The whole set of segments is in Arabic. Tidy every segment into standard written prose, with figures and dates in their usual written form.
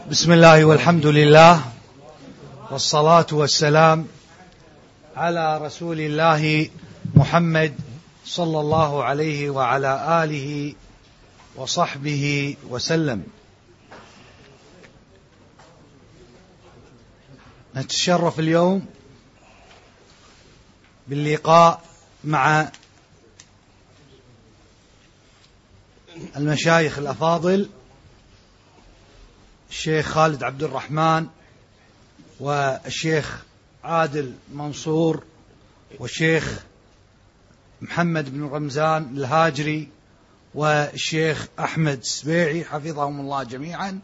بسم الله والحمد لله والصلاة والسلام على رسول الله محمد صلى الله عليه وعلى آله وصحبه وسلم. نتشرف اليوم باللقاء مع المشايخ الأفاضل الشيخ خالد عبد الرحمن والشيخ عادل منصور والشيخ محمد بن رمزان الهاجري والشيخ أحمد السبيعي حفظهم الله جميعا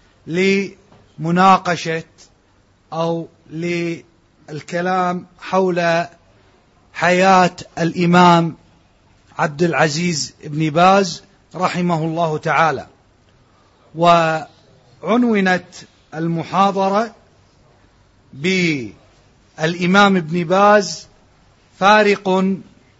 لمناقشة أو للكلام حول حياة الإمام عبد العزيز بن باز رحمه الله تعالى. وعنونت المحاضرة بالإمام ابن باز فارق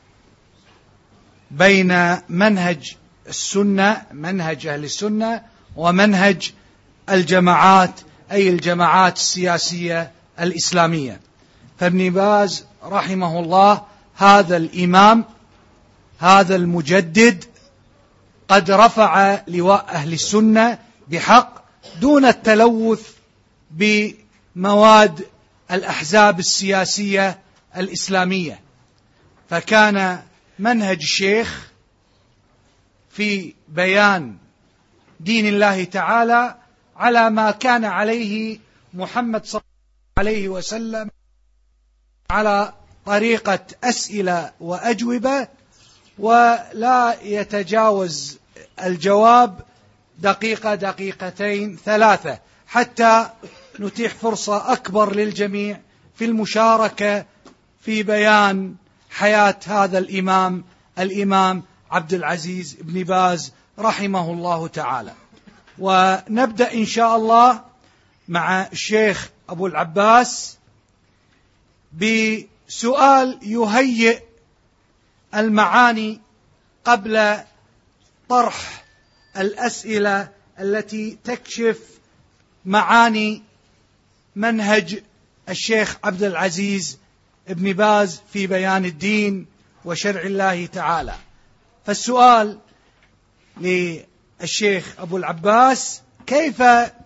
بين منهج السنة، منهج أهل السنة، ومنهج الجماعات أي الجماعات السياسية الإسلامية. فابن باز رحمه الله هذا الإمام، هذا المجدد، قد رفع لواء أهل السنة بحق دون التلوث بمواد الأحزاب السياسية الإسلامية. فكان منهج الشيخ في بيان دين الله تعالى على ما كان عليه محمد صلى الله عليه وسلم، على طريقة أسئلة وأجوبة، ولا يتجاوز الجواب دقيقة دقيقتين ثلاثة، حتى نتيح فرصة أكبر للجميع في المشاركة في بيان حياة هذا الإمام عبد العزيز بن باز رحمه الله تعالى. ونبدأ إن شاء الله مع الشيخ أبو العباس بسؤال يهيئ المعاني قبل طرح الأسئلة التي تكشف معاني منهج الشيخ عبد العزيز ابن باز في بيان الدين وشرع الله تعالى. فالسؤال للشيخ أبو العباس: كيف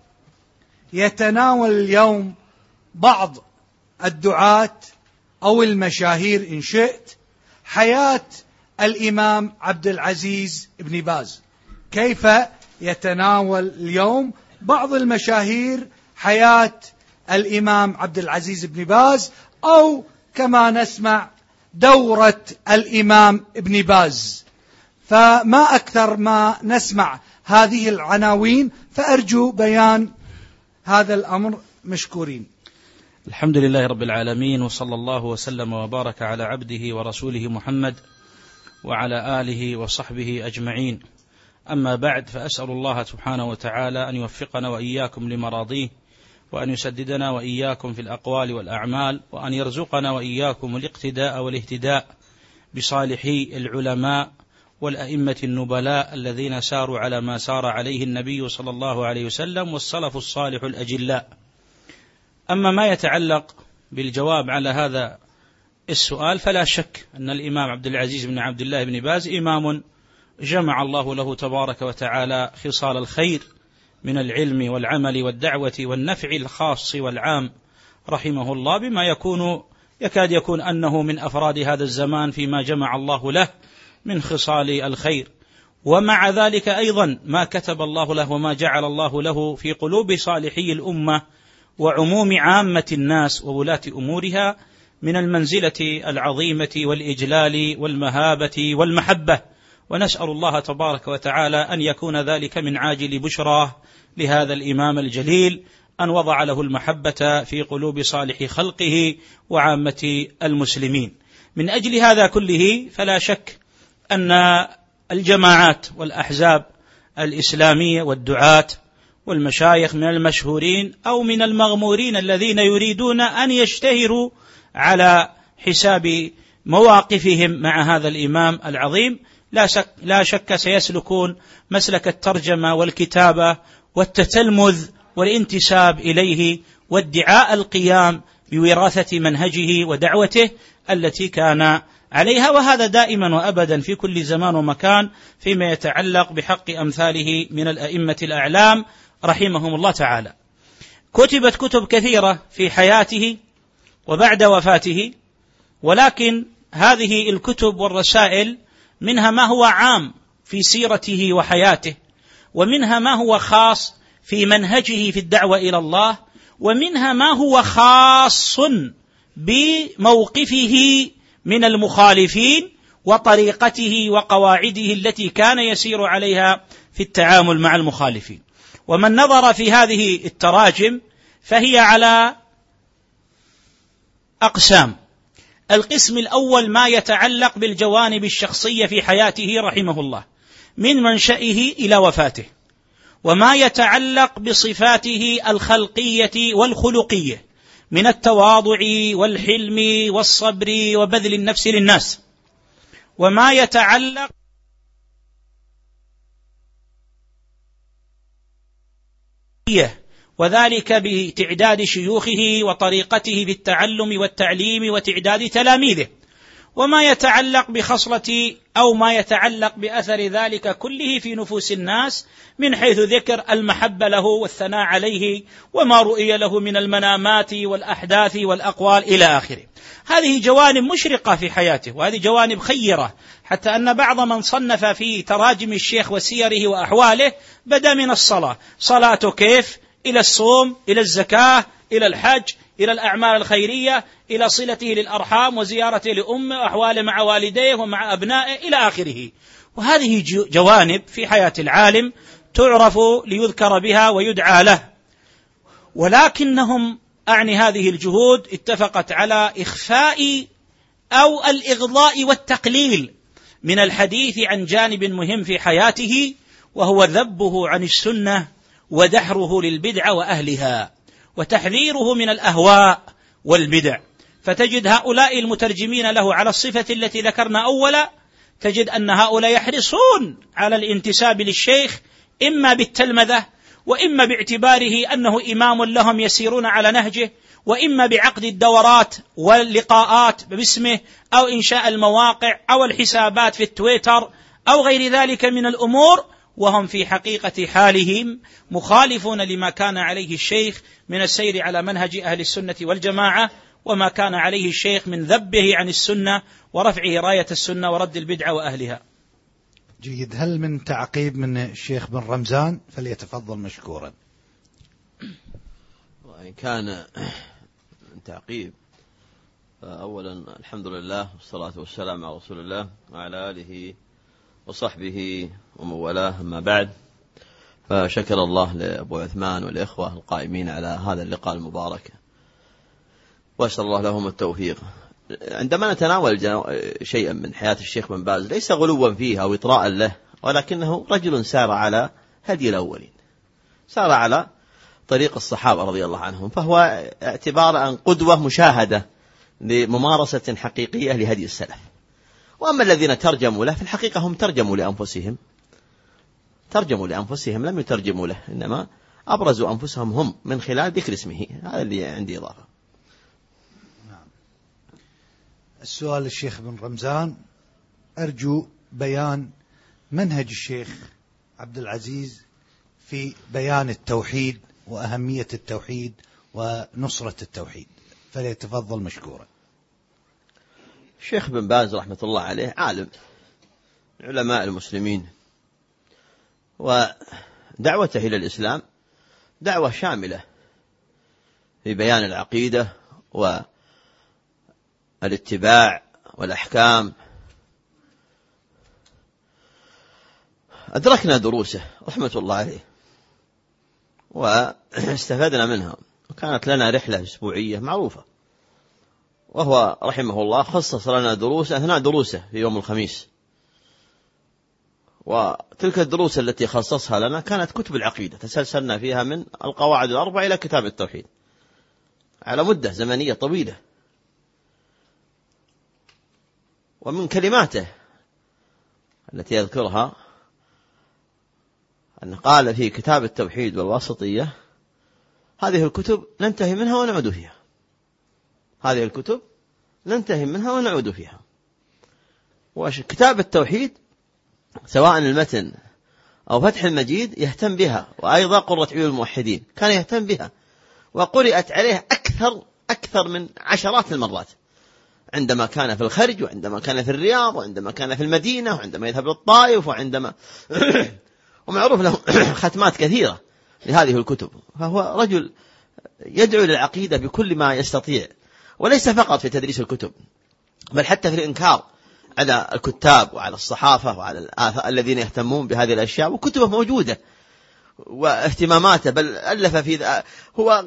يتناول اليوم بعض الدعاة أو المشاهير إن شئت حياة الإمام عبد العزيز ابن باز؟ كيف يتناول اليوم بعض المشاهير حياة الإمام عبد العزيز بن باز، أو كما نسمع دورة الإمام ابن باز؟ فما أكثر ما نسمع هذه العناوين، فأرجو بيان هذا الأمر مشكورين. الحمد لله رب العالمين، وصلى الله وسلم وبارك على عبده ورسوله محمد وعلى آله وصحبه أجمعين. أما بعد، فأسأل الله سبحانه وتعالى أن يوفقنا وإياكم لمراضيه، وأن يسددنا وإياكم في الأقوال والأعمال، وأن يرزقنا وإياكم الاقتداء والاهتداء بصالحي العلماء والأئمة النبلاء الذين ساروا على ما سار عليه النبي صلى الله عليه وسلم والسلف الصالح الأجلاء. أما ما يتعلق بالجواب على هذا السؤال، فلا شك أن الإمام عبد العزيز بن عبد الله بن باز إمام جمع الله له تبارك وتعالى خصال الخير من العلم والعمل والدعوة والنفع الخاص والعام رحمه الله، بما يكاد يكون أنه من أفراد هذا الزمان فيما جمع الله له من خصال الخير. ومع ذلك أيضا ما كتب الله له وما جعل الله له في قلوب صالحي الأمة وعموم عامة الناس وولاة أمورها من المنزلة العظيمة والإجلال والمهابة والمحبة. ونسأل الله تبارك وتعالى أن يكون ذلك من عاجل بشراه لهذا الإمام الجليل، أن وضع له المحبة في قلوب صالح خلقه وعامة المسلمين. من أجل هذا كله فلا شك أن الجماعات والأحزاب الإسلامية والدعاة والمشايخ من المشهورين أو من المغمورين الذين يريدون أن يشتهروا على حساب مواقفهم مع هذا الإمام العظيم لا شك سيسلكون مسلك الترجمة والكتابة والتتلمذ والانتساب إليه وادعاء القيام بوراثة منهجه ودعوته التي كان عليها، وهذا دائما وأبدا في كل زمان ومكان فيما يتعلق بحق أمثاله من الأئمة الأعلام رحمهم الله تعالى. كتبت كتب كثيرة في حياته وبعد وفاته، ولكن هذه الكتب والرسائل منها ما هو عام في سيرته وحياته، ومنها ما هو خاص في منهجه في الدعوة إلى الله، ومنها ما هو خاص بموقفه من المخالفين وطريقته وقواعده التي كان يسير عليها في التعامل مع المخالفين. ومن نظر في هذه التراجم فهي على أقسام. القسم الأول ما يتعلق بالجوانب الشخصية في حياته رحمه الله من منشئه إلى وفاته، وما يتعلق بصفاته الخلقية والخلقية من التواضع والحلم والصبر وبذل النفس للناس، وما يتعلق وذلك بتعداد شيوخه وطريقته في التعلم والتعليم وتعداد تلاميذه، وما يتعلق بخصلة أو ما يتعلق بأثر ذلك كله في نفوس الناس من حيث ذكر المحبة له والثناء عليه وما رؤي له من المنامات والأحداث والأقوال إلى آخره. هذه جوانب مشرقة في حياته، وهذه جوانب خيرة، حتى أن بعض من صنف في تراجم الشيخ وسيره وأحواله بدأ من الصلاة، صلاته كيف، إلى الصوم، إلى الزكاة، إلى الحج، إلى الأعمال الخيرية، إلى صلته للأرحام وزيارته لأمه وأحواله مع والديه ومع أبنائه إلى آخره. وهذه جوانب في حياة العالم تعرف ليذكر بها ويدعى له، ولكنهم أعني هذه الجهود اتفقت على إخفاء أو الإغضاء والتقليل من الحديث عن جانب مهم في حياته، وهو ذبه عن السنة ودحره للبدع وأهلها وتحذيره من الأهواء والبدع. فتجد هؤلاء المترجمين له على الصفة التي ذكرنا أولا، تجد أن هؤلاء يحرصون على الانتساب للشيخ إما بالتلمذة، وإما باعتباره أنه إمام لهم يسيرون على نهجه، وإما بعقد الدورات واللقاءات باسمه، أو إنشاء المواقع أو الحسابات في التويتر أو غير ذلك من الأمور، وهم في حقيقة حالهم مخالفون لما كان عليه الشيخ من السير على منهج أهل السنة والجماعة، وما كان عليه الشيخ من ذبه عن السنة ورفعه راية السنة ورد البدعة وأهلها. جيد. هل من تعقيب من الشيخ بن رمزان؟ فليتفضل مشكورا. وإن كان تعقيب، أولا الحمد لله والصلاة والسلام على رسول الله وعلى آله وصحبه ومن والاه، أما بعد، فشكر الله لأبو عثمان والإخوة القائمين على هذا اللقاء المبارك، وأسأل الله لهم التوفيق. عندما نتناول شيئا من حياة الشيخ بن باز ليس غلوا فيه أو إطراء له، ولكنه رجل سار على هدي الأولين، سار على طريق الصحابة رضي الله عنهم، فهو اعتبار قدوة مشاهدة لممارسة حقيقية لهدي السلف. وأما الذين ترجموا له في الحقيقة هم ترجموا لأنفسهم لم يترجموا له، إنما أبرزوا أنفسهم هم من خلال ذكر اسمه. هذا اللي عندي إضافة. نعم. السؤال للشيخ بن رمزان، أرجو بيان منهج الشيخ عبد العزيز في بيان التوحيد وأهمية التوحيد ونصرة التوحيد، فليتفضل مشكورا. الشيخ بن باز رحمة الله عليه عالم علماء المسلمين، ودعوته إلى الإسلام دعوة شاملة في بيان العقيدة والاتباع والأحكام. أدركنا دروسه رحمة الله عليه واستفدنا منها، وكانت لنا رحلة أسبوعية معروفة، وهو رحمه الله خصص لنا دروس أثناء دروسه في يوم الخميس، وتلك الدروس التي خصصها لنا كانت كتب العقيدة، تسلسلنا فيها من القواعد الأربع إلى كتاب التوحيد على مدة زمنية طويلة. ومن كلماته التي يذكرها أن قال في كتاب التوحيد والواسطية هذه الكتب ننتهي منها ونعود فيها، هذه الكتب ننتهي منها ونعود فيها. وكتاب التوحيد سواء المتن أو فتح المجيد يهتم بها، وأيضا قرة عيون الموحدين كان يهتم بها، وقرأت عليه أكثر من عشرات المرات، عندما كان في الخرج، وعندما كان في الرياض، وعندما كان في المدينة، وعندما يذهب للطائف، وعندما ومعروف له ختمات كثيرة لهذه الكتب. فهو رجل يدعو للعقيدة بكل ما يستطيع، وليس فقط في تدريس الكتب، بل حتى في الإنكار على الكتاب وعلى الصحافة وعلى الذين يهتمون بهذه الأشياء. وكتبه موجودة واهتماماته، بل ألف في هو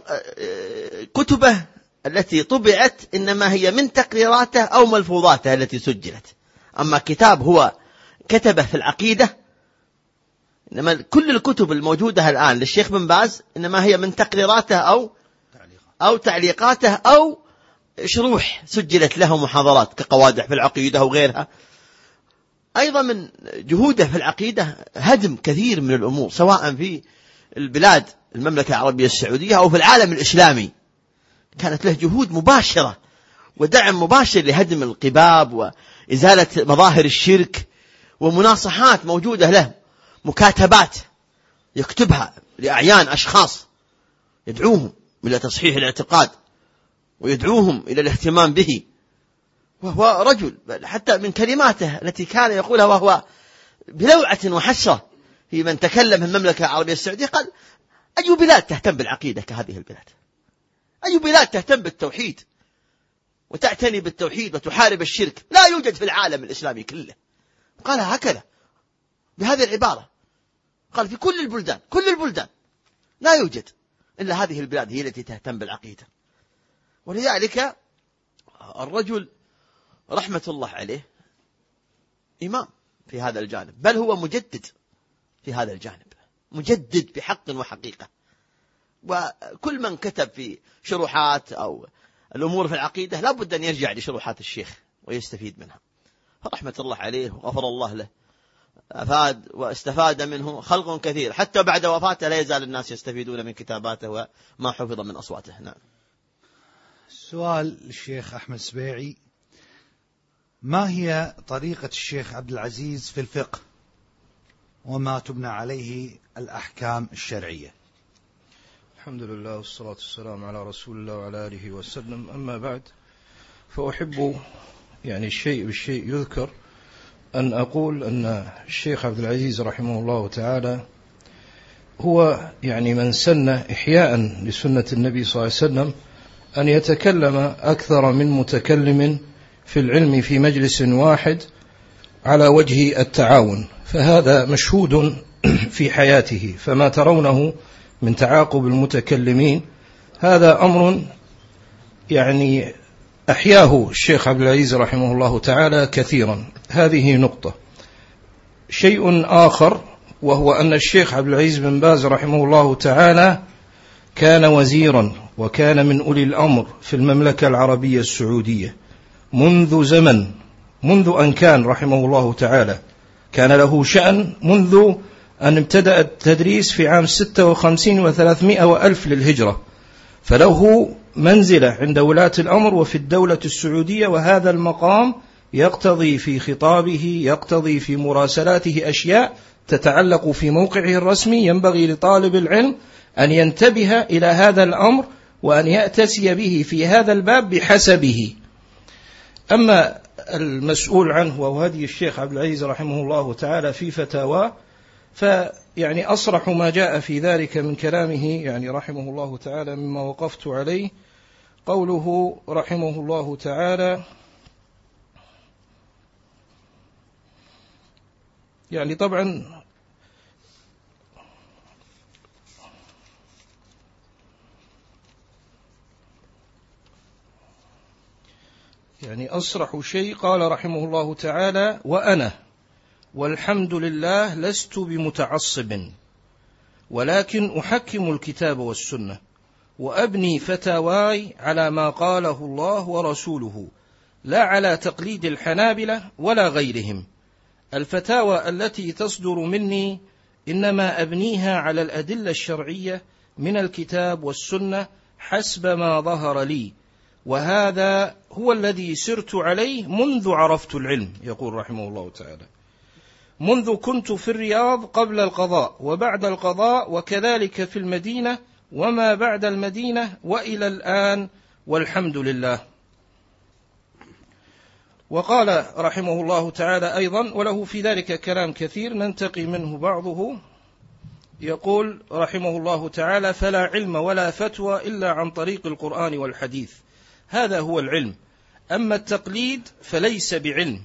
كتبه التي طبعت إنما هي من تقريراته أو ملفوظاته التي سجلت. أما كتاب هو كتبه في العقيدة، إنما كل الكتب الموجودة الآن للشيخ بن باز إنما هي من تقريراته أو تعليقاته أو شروح سجلت له محاضرات كقوادح في العقيدة أو غيرها. أيضا من جهوده في العقيدة هدم كثير من الأمور، سواء في البلاد المملكة العربية السعودية أو في العالم الإسلامي، كانت له جهود مباشرة ودعم مباشر لهدم القباب وإزالة مظاهر الشرك، ومناصحات موجودة له، مكاتبات يكتبها لأعيان أشخاص يدعوهم إلى تصحيح الاعتقاد ويدعوهم إلى الاهتمام به. وهو رجل حتى من كلماته التي كان يقولها وهو بلوعة وحسرة في من تكلم في المملكة العربية السعودية، قال: أي بلاد تهتم بالعقيدة كهذه البلاد؟ أي بلاد تهتم بالتوحيد وتعتني بالتوحيد وتحارب الشرك؟ لا يوجد في العالم الإسلامي كله. قال هكذا بهذه العبارة، قال: في كل البلدان لا يوجد إلا هذه البلاد هي التي تهتم بالعقيدة. ولذلك الرجل رحمة الله عليه إمام في هذا الجانب، بل هو مجدد في هذا الجانب، مجدد بحق وحقيقة. وكل من كتب في شروحات أو الأمور في العقيدة لا بد أن يرجع لشروحات الشيخ ويستفيد منها، فرحمة الله عليه وغفر الله له، أفاد واستفاد منه خلق كثير، حتى بعد وفاته لا يزال الناس يستفيدون من كتاباته وما حفظ من أصواته. نعم. سؤال الشيخ أحمد السبيعي: ما هي طريقة الشيخ عبد العزيز في الفقه وما تبنى عليه الأحكام الشرعية؟ الحمد لله والصلاة والسلام على رسول الله وعلى آله وسلم. أما بعد، فأحب الشيء بالشيء يذكر أن أقول أن الشيخ عبد العزيز رحمه الله تعالى هو من سن إحياء لسنة النبي صلى الله عليه وسلم أن يتكلم أكثر من متكلم في العلم في مجلس واحد على وجه التعاون، فهذا مشهود في حياته. فما ترونه من تعاقب المتكلمين هذا أمر أحياه الشيخ عبد العزيز رحمه الله تعالى كثيرا. هذه نقطة. شيء آخر وهو أن الشيخ عبد العزيز بن باز رحمه الله تعالى كان وزيرا وكان من أولي الأمر في المملكة العربية السعودية منذ زمن، منذ أن كان رحمه الله تعالى كان له شأن منذ أن ابتدأ التدريس في عام 56 و300 وألف للهجرة، فله منزلة عند ولاة الأمر وفي الدولة السعودية. وهذا المقام يقتضي في خطابه، يقتضي في مراسلاته أشياء تتعلق في موقعه الرسمي، ينبغي لطالب العلم أن ينتبه إلى هذا الأمر وأن يأتسي به في هذا الباب بحسبه. أما المسؤول عنه وهو هدي الشيخ عبد العزيز رحمه الله تعالى في فتاواه، أصرح ما جاء في ذلك من كلامه رحمه الله تعالى مما وقفت عليه قوله رحمه الله تعالى طبعا أصرح شيء قال رحمه الله تعالى: وأنا والحمد لله لست بمتعصب، ولكن أحكم الكتاب والسنة وأبني فتاواي على ما قاله الله ورسوله، لا على تقليد الحنابلة ولا غيرهم. الفتاوى التي تصدر مني إنما أبنيها على الأدلة الشرعية من الكتاب والسنة حسب ما ظهر لي، وهذا هو الذي سرت عليه منذ عرفت العلم. يقول رحمه الله تعالى: منذ كنت في الرياض قبل القضاء وبعد القضاء، وكذلك في المدينة وما بعد المدينة وإلى الآن، والحمد لله. وقال رحمه الله تعالى أيضا، وله في ذلك كلام كثير ننتقي منه بعضه، يقول رحمه الله تعالى: فلا علم ولا فتوى إلا عن طريق القرآن والحديث، هذا هو العلم، أما التقليد فليس بعلم.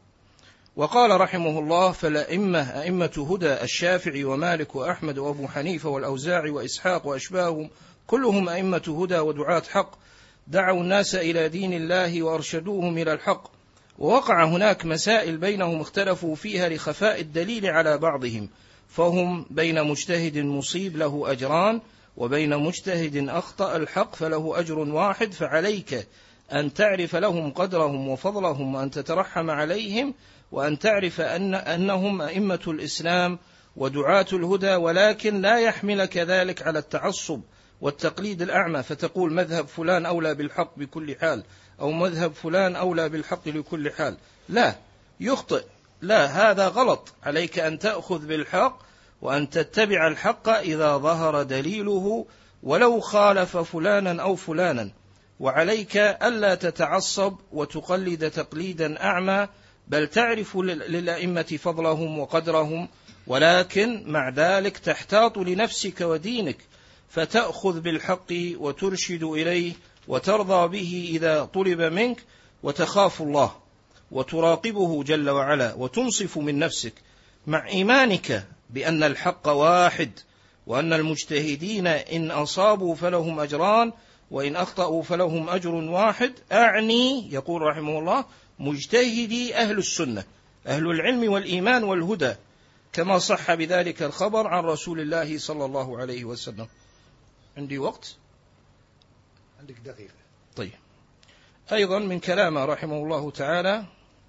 وقال رحمه الله: فالأئمة أئمة هدى الشافعي ومالك وأحمد وأبو حنيفة والأوزاعي وإسحاق وأشباههم كلهم أئمة هدى ودعاة حق، دعوا الناس إلى دين الله وأرشدوهم إلى الحق، ووقع هناك مسائل بينهم اختلفوا فيها لخفاء الدليل على بعضهم، فهم بين مجتهد مصيب له أجران، وبين مجتهد أخطأ الحق فله أجر واحد، فعليك أن تعرف لهم قدرهم وفضلهم، وأن تترحم عليهم، وأن تعرف أنهم أئمة الإسلام ودعاة الهدى، ولكن لا يحملك ذلك على التعصب والتقليد الأعمى، فتقول مذهب فلان أولى بالحق بكل حال، أو مذهب فلان أولى بالحق لكل حال. لا، يخطئ، لا، هذا غلط. عليك أن تأخذ بالحق وأن تتبع الحق إذا ظهر دليله ولو خالف فلانا أو فلانا، وعليك ألا تتعصب وتقلد تقليدا أعمى، بل تعرف للأئمة فضلهم وقدرهم، ولكن مع ذلك تحتاط لنفسك ودينك، فتأخذ بالحق وترشد إليه وترضى به إذا طلب منك، وتخاف الله وتراقبه جل وعلا، وتنصف من نفسك مع إيمانك بأن الحق واحد، وأن المجتهدين إن أصابوا فلهم أجران، وإن أخطأوا فلهم أجر واحد. أعني، يقول رحمه الله، مجتهدي أهل السنة، أهل العلم والإيمان والهدى، كما صح بذلك الخبر عن رسول الله صلى الله عليه وسلم. عندي وقت؟ عندك دقيقة. طيب. أيضا من كلامه رحمه الله تعالى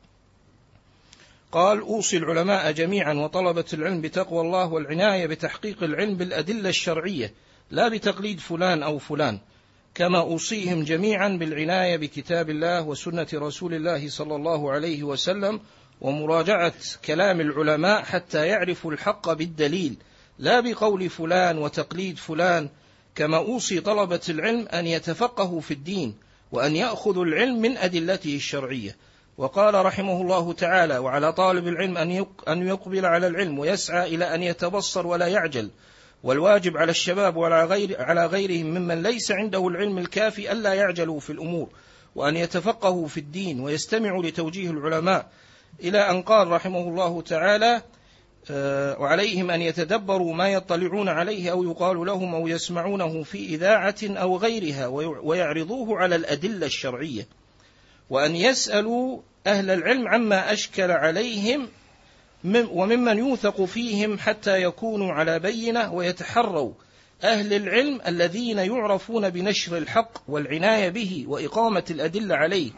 قال: أوصي العلماء جميعا وطلبة العلم بتقوى الله والعناية بتحقيق العلم بالأدلة الشرعية، لا بتقليد فلان أو فلان، كما أوصيهم جميعا بالعناية بكتاب الله وسنة رسول الله صلى الله عليه وسلم، ومراجعة كلام العلماء حتى يعرفوا الحق بالدليل، لا بقول فلان وتقليد فلان. كما أوصي طلبة العلم أن يتفقهوا في الدين، وأن يأخذوا العلم من أدلته الشرعية. وقال رحمه الله تعالى: وعلى طالب العلم أن يقبل على العلم ويسعى إلى أن يتبصر ولا يعجل، والواجب على الشباب وعلى غيرهم ممن ليس عنده العلم الكافي ألا يعجلوا في الأمور، وأن يتفقهوا في الدين ويستمعوا لتوجيه العلماء، إلى أن قال رحمه الله تعالى: وعليهم أن يتدبروا ما يطلعون عليه أو يقال لهم أو يسمعونه في إذاعة أو غيرها، ويعرضوه على الأدلة الشرعية، وأن يسألوا أهل العلم عما أشكل عليهم وممن يوثق فيهم حتى يكونوا على بينة، ويتحروا أهل العلم الذين يعرفون بنشر الحق والعناية به وإقامة الأدلة عليه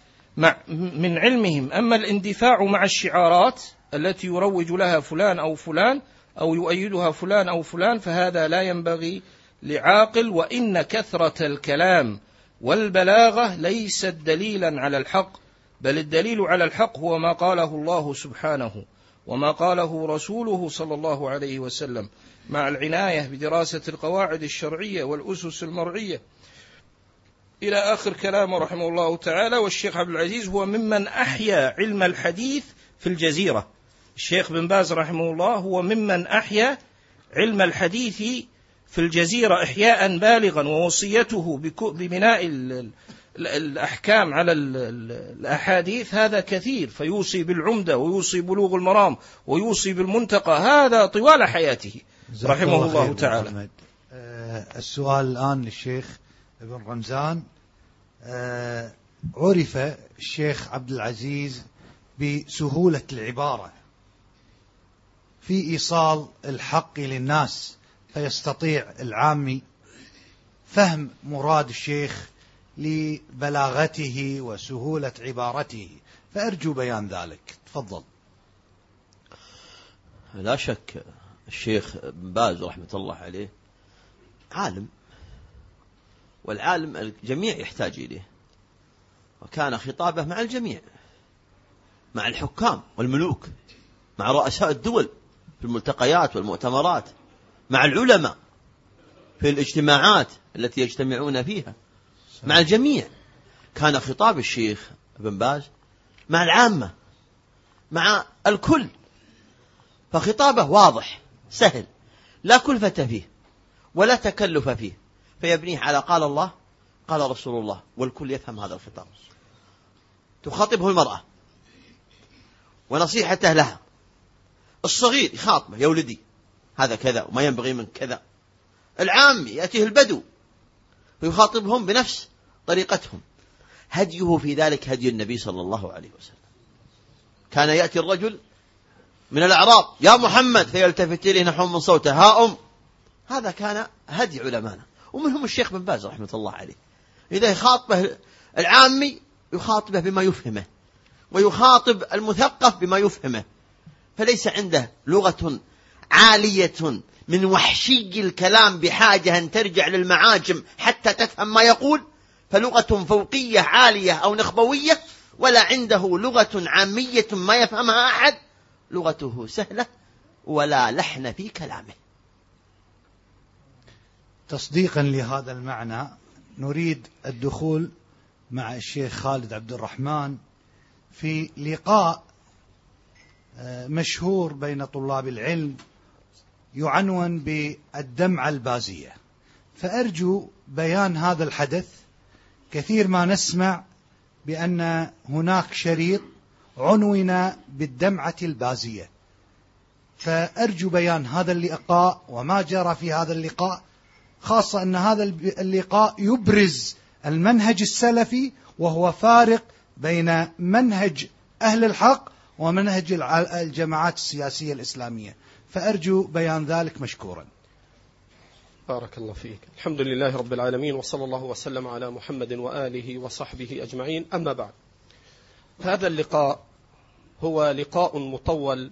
من علمهم. أما الاندفاع مع الشعارات التي يروج لها فلان أو فلان أو يؤيدها فلان أو فلان، فهذا لا ينبغي لعاقل، وإن كثرة الكلام والبلاغة ليست دليلا على الحق، بل الدليل على الحق هو ما قاله الله سبحانه وما قاله رسوله صلى الله عليه وسلم، مع العناية بدراسة القواعد الشرعية والأسس المرعية، إلى آخر كلامه رحمه الله تعالى. والشيخ عبد العزيز هو ممن أحيا علم الحديث في الجزيرة. الشيخ بن باز رحمه الله هو ممن أحيا علم الحديث في الجزيرة إحياء بالغا، ووصيته ببناء الأحكام على الأحاديث هذا كثير، فيوصي بالعمدة ويوصي بلوغ المرام ويوصي بالمنتقى، هذا طوال حياته رحمه الله تعالى. السؤال الآن للشيخ ابن رمزان. عرف الشيخ عبد العزيز بسهولة العبارة في إيصال الحق للناس، فيستطيع العامي فهم مراد الشيخ لبلاغته وسهولة عبارته، فأرجو بيان ذلك. تفضل. لا شك الشيخ بن باز رحمة الله عليه عالم، والعالم الجميع يحتاج إليه، وكان خطابه مع الجميع، مع الحكام والملوك، مع رؤساء الدول في الملتقيات والمؤتمرات، مع العلماء في الاجتماعات التي يجتمعون فيها، مع الجميع. كان خطاب الشيخ ابن باز مع العامة، مع الكل، فخطابه واضح سهل، لا كلفة فيه ولا تكلف فيه، فيبنيه على قال الله قال رسول الله، والكل يفهم هذا الخطاب. تخاطبه المرأة ونصيحته لها، الصغير يخاطبه يا ولدي هذا كذا وما ينبغي من كذا، العام يأتيه البدو ويخاطبهم بنفس طريقتهم. هديه في ذلك هدي النبي صلى الله عليه وسلم. كان يأتي الرجل من الأعراب يا محمد فيلتفت إليه نحو من صوته ها هذا كان هدي علمانا، ومنهم الشيخ بن باز رحمة الله عليه. إذا يخاطبه العامي يخاطبه بما يفهمه، ويخاطب المثقف بما يفهمه، فليس عنده لغة عالية من وحشي الكلام بحاجة أن ترجع للمعاجم حتى تفهم ما يقول، فلغة فوقية عالية أو نخبوية، ولا عنده لغة عامية ما يفهمها أحد، لغته سهلة ولا لحن في كلامه. تصديقا لهذا المعنى نريد الدخول مع الشيخ خالد عبد الرحمن في لقاء مشهور بين طلاب العلم يعنون بالدمعة البازية، فأرجو بيان هذا الحدث. كثير ما نسمع بأن هناك شريط عنون بالدمعة البازية، فأرجو بيان هذا اللقاء وما جرى في هذا اللقاء، خاصة أن هذا اللقاء يبرز المنهج السلفي، وهو فارق بين منهج أهل الحق ومنهج الجماعات السياسية الإسلامية، فأرجو بيان ذلك مشكورا. بارك الله فيك. الحمد لله رب العالمين، وصلى الله وسلم على محمد وآله وصحبه أجمعين. أما بعد، هذا اللقاء هو لقاء مطول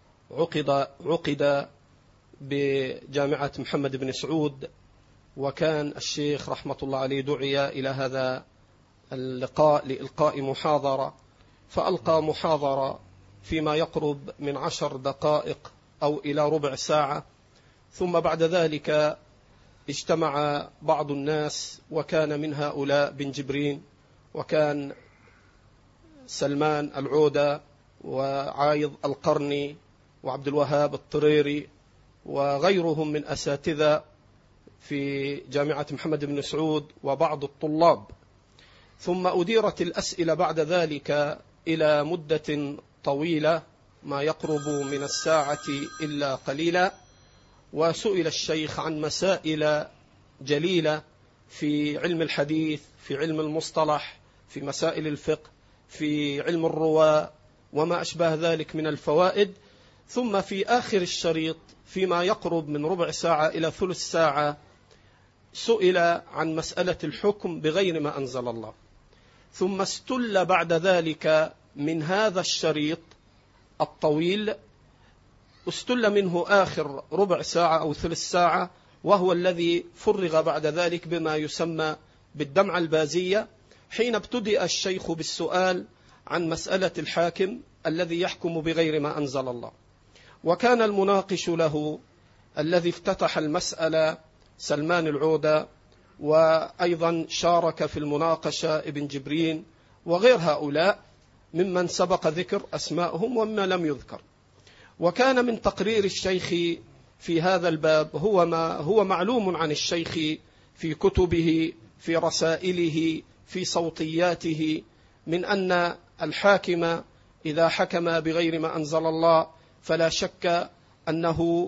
عقد بجامعة محمد بن سعود، وكان الشيخ رحمة الله عليه دعي إلى هذا اللقاء لإلقاء محاضرة، فألقى محاضرة فيما يقرب من 10 دقائق أو إلى ربع ساعة، ثم بعد ذلك اجتمع بعض الناس، وكان من هؤلاء بن جبرين، وكان سلمان العودة، وعايض القرني، وعبد الوهاب الطريري، وغيرهم من أساتذة في جامعة محمد بن سعود وبعض الطلاب. ثم أديرت الأسئلة بعد ذلك إلى مدة طويلة ما يقرب من الساعة إلا قليلا، وسئل الشيخ عن مسائل جليلة في علم الحديث، في علم المصطلح، في مسائل الفقه، في علم الرواة وما أشبه ذلك من الفوائد. ثم في آخر الشريط فيما يقرب من ربع ساعة إلى ثلث ساعة سئل عن مسألة الحكم بغير ما أنزل الله. ثم استل بعد ذلك من هذا الشريط الطويل، استل منه آخر ربع ساعة أو ثلث ساعة، وهو الذي فرغ بعد ذلك بما يسمى بالدمعة البازية، حين ابتدأ الشيخ بالسؤال عن مسألة الحاكم الذي يحكم بغير ما أنزل الله. وكان المناقش له الذي افتتح المسألة سلمان العودة، وأيضا شارك في المناقشة ابن جبرين وغير هؤلاء ممن سبق ذكر أسماءهم ومما لم يذكر. وكان من تقرير الشيخ في هذا الباب هو معلوم عن الشيخ في كتبه، في رسائله، في صوتياته، من أن الحاكم إذا حكم بغير ما أنزل الله فلا شك أنه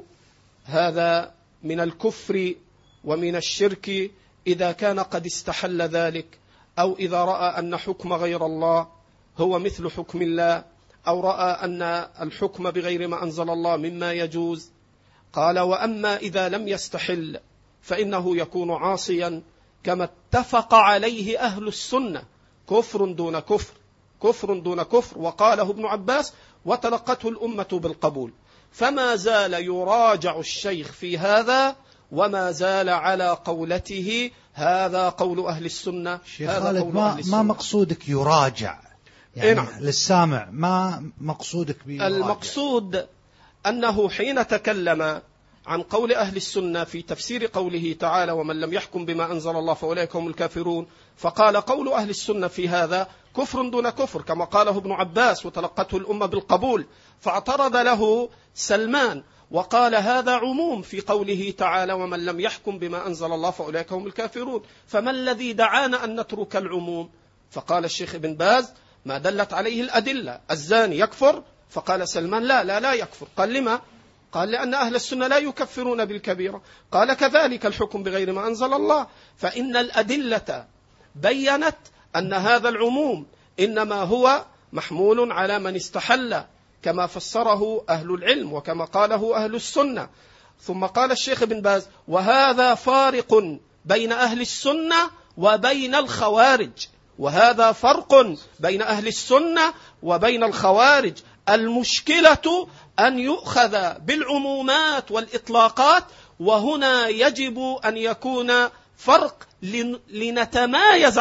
هذا من الكفر ومن الشرك إذا كان قد استحل ذلك، أو إذا رأى أن حكم غير الله هو مثل حكم الله، أو رأى أن الحكم بغير ما أنزل الله مما يجوز. قال: وأما إذا لم يستحل فإنه يكون عاصيا، كما اتفق عليه أهل السنة، كفر دون كفر، كفر دون كفر. وقاله ابن عباس: وتلقته الأمة بالقبول. فما زال يراجع الشيخ في هذا وما زال على قولته. هذا قول أهل السنة. شيخ خالد، ما مقصودك يراجع يعني نعم. للسامع ما مقصودك بيراجع؟ المقصود أنه حين تكلم عن قول أهل السنة في تفسير قوله تعالى ومن لم يحكم بما أنزل الله فأولئك هم الكافرون، فقال قول أهل السنة في هذا كفر دون كفر كما قاله ابن عباس وتلقته الأمة بالقبول. فاعترض له سلمان وقال هذا عموم في قوله تعالى ومن لم يحكم بما أنزل الله فأولئك هم الكافرون، فما الذي دعانا أن نترك العموم؟ فقال الشيخ ابن باز ما دلت عليه الأدلة. الزاني يكفر؟ فقال سلمان لا يكفر. قال لما؟ قال لأن أهل السنة لا يكفرون بالكبيرة. قال كذلك الحكم بغير ما أنزل الله، فإن الأدلة بيّنت أن هذا العموم إنما هو محمول على من استحل كما فسره أهل العلم وكما قاله أهل السنة. ثم قال الشيخ ابن باز وهذا فارق بين أهل السنة وبين الخوارج، وهذا فرق بين أهل السنة وبين الخوارج. المشكلة أن يؤخذ بالعمومات والإطلاقات، وهنا يجب أن يكون فرق لنتمايز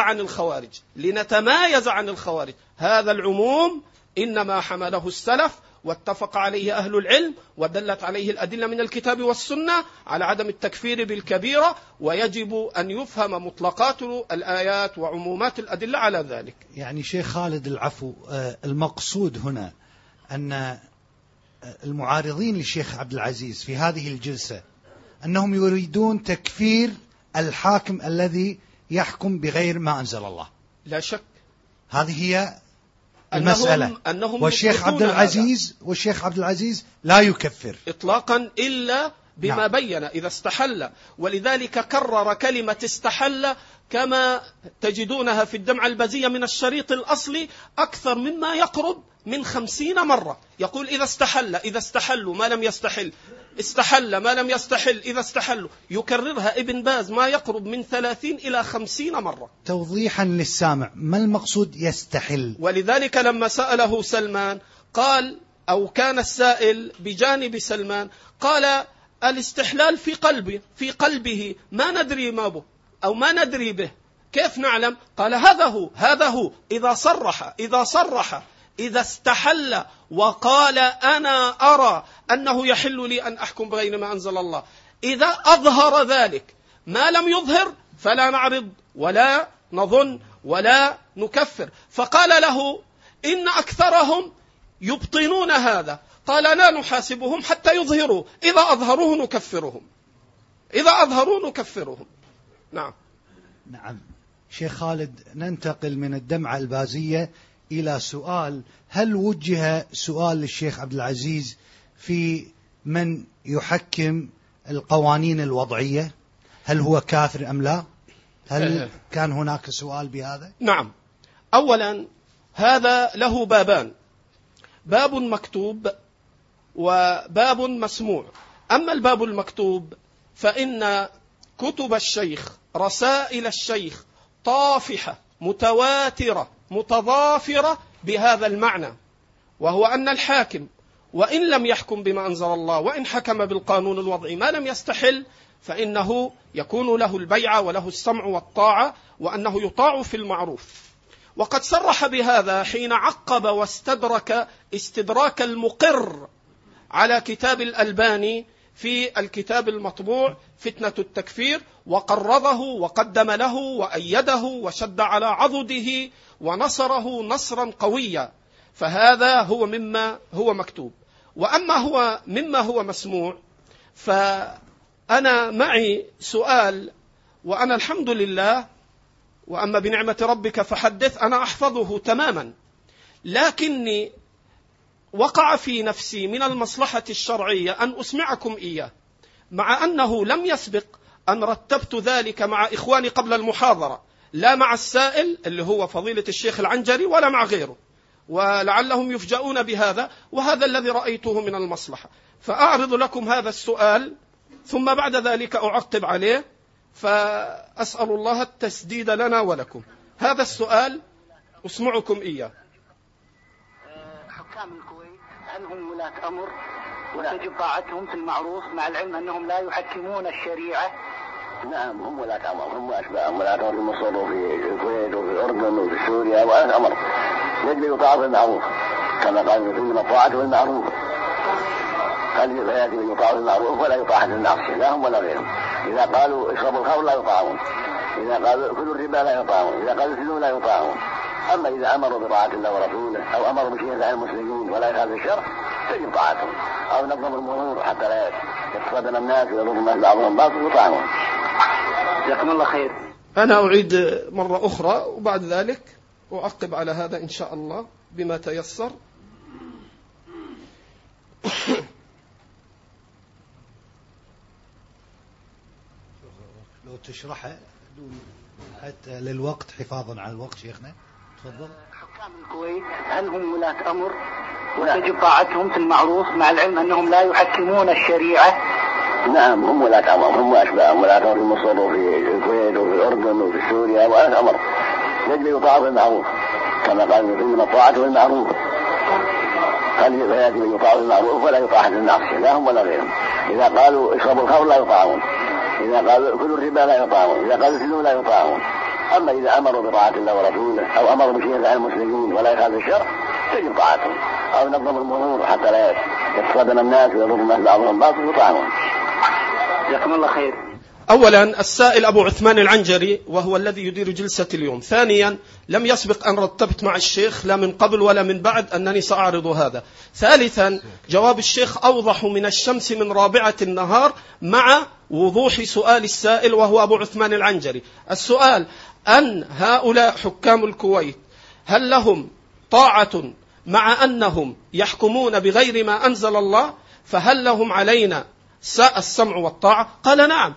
عن الخوارج. هذا العموم إنما حمله السلف واتفق عليه أهل العلم ودلت عليه الأدلة من الكتاب والسنة على عدم التكفير بالكبيرة، ويجب أن يفهم مطلقات الآيات وعمومات الأدلة على ذلك. يعني شيخ خالد العفو، المقصود هنا أن المعارضين للشيخ عبد العزيز في هذه الجلسة أنهم يريدون تكفير الحاكم الذي يحكم بغير ما أنزل الله. لا شك هذه هي المسألة. والشيخ عبد العزيز لا يكفر إطلاقا إلا بما نعم. بين إذا استحل، ولذلك كرر كلمة استحل كما تجدونها في الدمعة البزية من الشريط الأصلي أكثر مما يقرب من 50 مرة. يقول إذا استحلوا ما لم يستحل، استحل ما لم يستحل، إذا استحلوا. يكررها ابن باز ما يقرب من 30 إلى 50 مرة توضيحا للسامع ما المقصود يستحل. ولذلك لما سأله سلمان قال، أو كان السائل بجانب سلمان، قال الاستحلال في قلبه ما ندري ما به أو ما ندري به، كيف نعلم؟ قال هذا هو إذا صرح إذا استحل وقال أنا أرى أنه يحل لي أن أحكم بغير ما أنزل الله، إذا أظهر ذلك. ما لم يظهر فلا نعرض ولا نظن ولا نكفر. فقال له إن أكثرهم يبطنون هذا، قال لا نحاسبهم حتى يظهروا، إذا أظهروه نكفرهم. نعم شيخ خالد، ننتقل من الدمعة البازية إلى سؤال. هل وجه سؤال للشيخ عبد العزيز في من يحكم القوانين الوضعية؟ هل هو كافر أم لا؟ هل كان هناك سؤال بهذا؟ نعم. أولا هذا له بابان، باب مكتوب وباب مسموع. أما الباب المكتوب فإن كتب الشيخ، رسائل الشيخ طافحة متواترة متضافرة بهذا المعنى، وهو أن الحاكم وإن لم يحكم بما أنزل الله وإن حكم بالقانون الوضعي ما لم يستحل فإنه يكون له البيعة وله السمع والطاعة، وأنه يطاع في المعروف. وقد صرح بهذا حين عقب واستدرك استدراك المقر على كتاب الألباني في الكتاب المطبوع فتنة التكفير، وقرضه وقدم له وأيده وشد على عضده ونصره نصرا قويا. فهذا هو مما هو مكتوب. وأما هو مما هو مسموع، فأنا معي سؤال، وأنا الحمد لله وأما بنعمة ربك فحدث أنا أحفظه تماما، لكني وقع في نفسي من المصلحة الشرعية أن أسمعكم إياه، مع أنه لم يسبق أن رتبت ذلك مع إخواني قبل المحاضرة، لا مع السائل اللي هو فضيلة الشيخ العنجري ولا مع غيره، ولعلهم يفجؤون بهذا، وهذا الذي رأيته من المصلحة. فأعرض لكم هذا السؤال ثم بعد ذلك أعقب عليه، فأسأل الله التسديد لنا ولكم. هذا السؤال أسمعكم إياه. حكام الكويت هل هم ولاة أمر وتجب طاعتهم في المعروف مع العلم أنهم لا يحكمون الشريعة. نعم هم ولاة أمر، هم وأشباههم ولاة أمر في مصر وفي الكويت وفي الأردن وفي سوريا ولاة أمر، يجب يطاع بالمعروف كما قال من الطاعة بالمعروف، فيأتي يطاع بالمعروف ولا يطاع بالمعصية لا هم ولا غيرهم. إذا قالوا اشربوا الخمر لا يطاعون، إذا قالوا كلوا الربا لا يطاعون، إذا قالوا سلوا لا يطاعون. أما إذا أمروا بطاعة الله ورسوله أو أمروا بشيء عن المسلمين ولا يخالف الشرع تجب طاعتهم، أو نظموا المرور حتى لا يتصدم الناس ويضر الناس بعضهم بعض يطاعون. جزاكم الله خير. أنا أعيد مرة أخرى وبعد ذلك أعقب على هذا إن شاء الله بما تيسر. لو تشرحه حتى للوقت حفاظا على الوقت شيخنا تفضل. حكام الكويت هل هم ولاة أمر وتجب طاعتهم في المعروف مع العلم أنهم لا يحكمون الشريعة؟ نعم هم ولاة أمر، هم وأشباههم ولاة أمر في مصر وفي الكويت وفي الأردن وفي سوريا ولاة أمر، يجب يطاع بالمعروف كما قال من الطاعة بالمعروف، فيأتي يطاع بالمعروف ولا يطاع بالمعصية لا هم ولا غيرهم. إذا قالوا اشربوا الخمر لا يطاعون، إذا قالوا كلوا الربا لا يطاعون، إذا قالوا سلوا لا يطاعون. أما إذا أمروا بطاعة الله ورسوله أو أمروا بشيء عن المسلمين ولا يخالف الشرع تجب طاعتهم، أو نظموا المرور حتى لا يتصدم الناس ويضر الناس بعضهم بعض يطاعون. جزاكم الله خير. أولا السائل أبو عثمان العنجري وهو الذي يدير جلسة اليوم. ثانيا لم يسبق أن رتبت مع الشيخ لا من قبل ولا من بعد أنني سأعرض هذا. ثالثا جواب الشيخ أوضح من الشمس من رابعة النهار مع وضوح سؤال السائل وهو أبو عثمان العنجري. السؤال أن هؤلاء حكام الكويت هل لهم طاعة مع أنهم يحكمون بغير ما أنزل الله، فهل لهم علينا السمع والطاعة؟ قال نعم،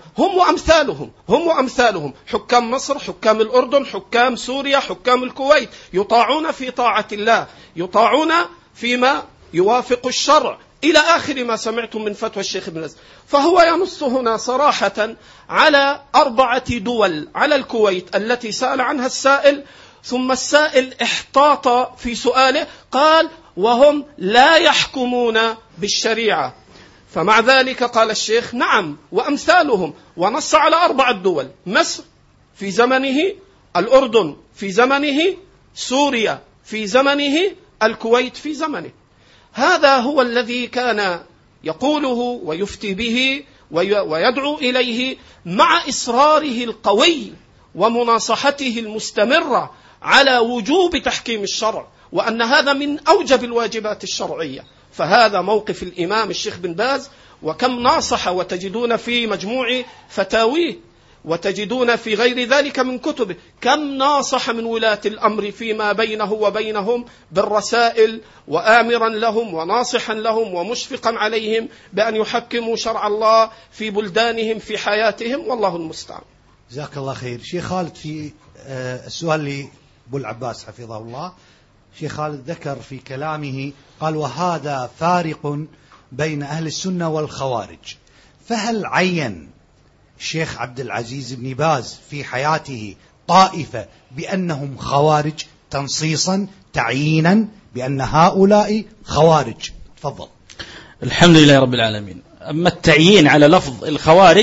هم وأمثالهم حكام مصر، حكام الأردن، حكام سوريا، حكام الكويت يطاعون في طاعة الله، يطاعون فيما يوافق الشرع إلى آخر ما سمعتم من فتوى الشيخ ابن باز. فهو ينص هنا صراحة على 4 دول، على الكويت التي سأل عنها السائل، ثم السائل احتاط في سؤاله قال وهم لا يحكمون بالشريعة. فمع ذلك قال الشيخ نعم وأمثالهم، ونص على 4 دول: مصر في زمنه، الأردن في زمنه، سوريا في زمنه، الكويت في زمنه. هذا هو الذي كان يقوله ويفتي به ويدعو إليه مع إصراره القوي ومناصحته المستمرة على وجوب تحكيم الشرع، وأن هذا من أوجب الواجبات الشرعية. فهذا موقف الإمام الشيخ بن باز، وكم ناصح، وتجدون في مجموع فتاويه وتجدون في غير ذلك من كتبه كم ناصح من ولاة الأمر فيما بينه وبينهم بالرسائل، وآمرا لهم وناصحا لهم ومشفقا عليهم بأن يحكموا شرع الله في بلدانهم في حياتهم، والله المستعان. جزاك الله خير. شيخ خالد في السؤال لأبو العباس حفظه الله، شيخ خالد ذكر في كلامه قال وهذا فارق بين أهل السنة والخوارج، فهل عين الشيخ عبد العزيز بن باز في حياته طائفة بأنهم خوارج تنصيصا تعيينا بأن هؤلاء خوارج؟ تفضل. الحمد لله رب العالمين. أما التعيين على لفظ الخوارج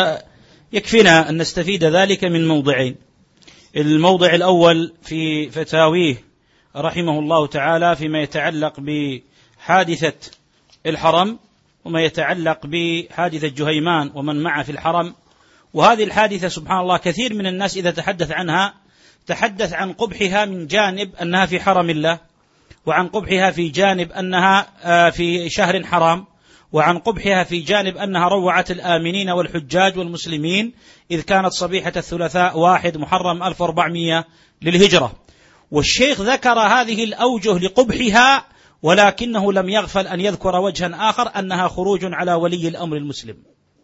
فيكفينا أن نستفيد ذلك من موضعين. الموضع الأول في فتاويه رحمه الله تعالى فيما يتعلق بحادثة الحرم وما يتعلق بحادثة جهيمان ومن معه في الحرم. وهذه الحادثة سبحان الله كثير من الناس إذا تحدث عنها تحدث عن قبحها من جانب أنها في حرم الله، وعن قبحها في جانب أنها في شهر حرام، وعن قبحها في جانب أنها روعت الآمنين والحجاج والمسلمين، إذ كانت صبيحة الثلاثاء 1 محرم 1400 للهجرة. والشيخ ذكر هذه الأوجه لقبحها، ولكنه لم يغفل أن يذكر وجها آخر أنها خروج على ولي الأمر المسلم،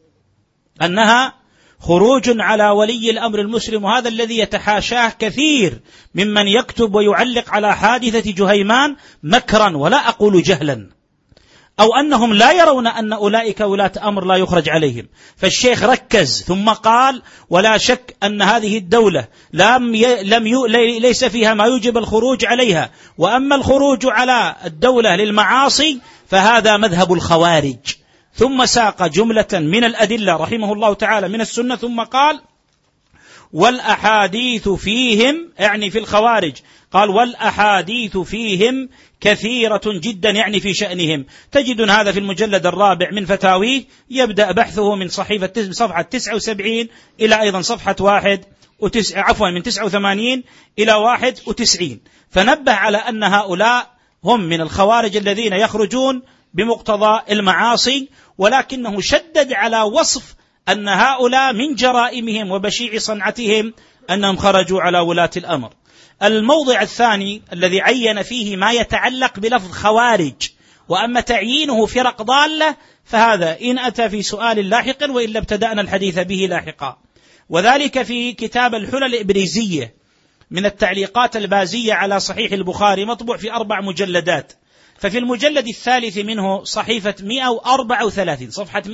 أنها خروج على ولي الأمر المسلم. وهذا الذي يتحاشاه كثير ممن يكتب ويعلق على حادثة جهيمان مكرا، ولا أقول جهلا، أو أنهم لا يرون أن أولئك ولاة أمر لا يخرج عليهم. فالشيخ ركز ثم قال: ولا شك أن هذه الدولة ليس فيها ما يوجب الخروج عليها، وأما الخروج على الدولة للمعاصي فهذا مذهب الخوارج. ثم ساق جملة من الأدلة رحمه الله تعالى من السنة، ثم قال: والأحاديث فيهم، يعني في الخوارج، قال: والأحاديث فيهم كثيرة جدا، يعني في شأنهم. تجدون هذا في المجلد الرابع من فتاويه، يبدأ بحثه من صفحة 79 إلى أيضا صفحة من 89 إلى 91. فنبه على أن هؤلاء هم من الخوارج الذين يخرجون بمقتضى المعاصي، ولكنه شدد على وصف أن هؤلاء من جرائمهم وبشيع صنعتهم أنهم خرجوا على ولاة الأمر. الموضع الثاني الذي عين فيه ما يتعلق بلفظ خوارج، وأما تعيينه فرق ضالة فهذا إن أتى في سؤال لاحق، وإلا ابتدأنا الحديث به لاحقا. وذلك في كتاب الحلل الإبريزية من التعليقات البازية على صحيح البخاري، مطبوع في 4 مجلدات. ففي المجلد الثالث منه صحيفة 134 صفحة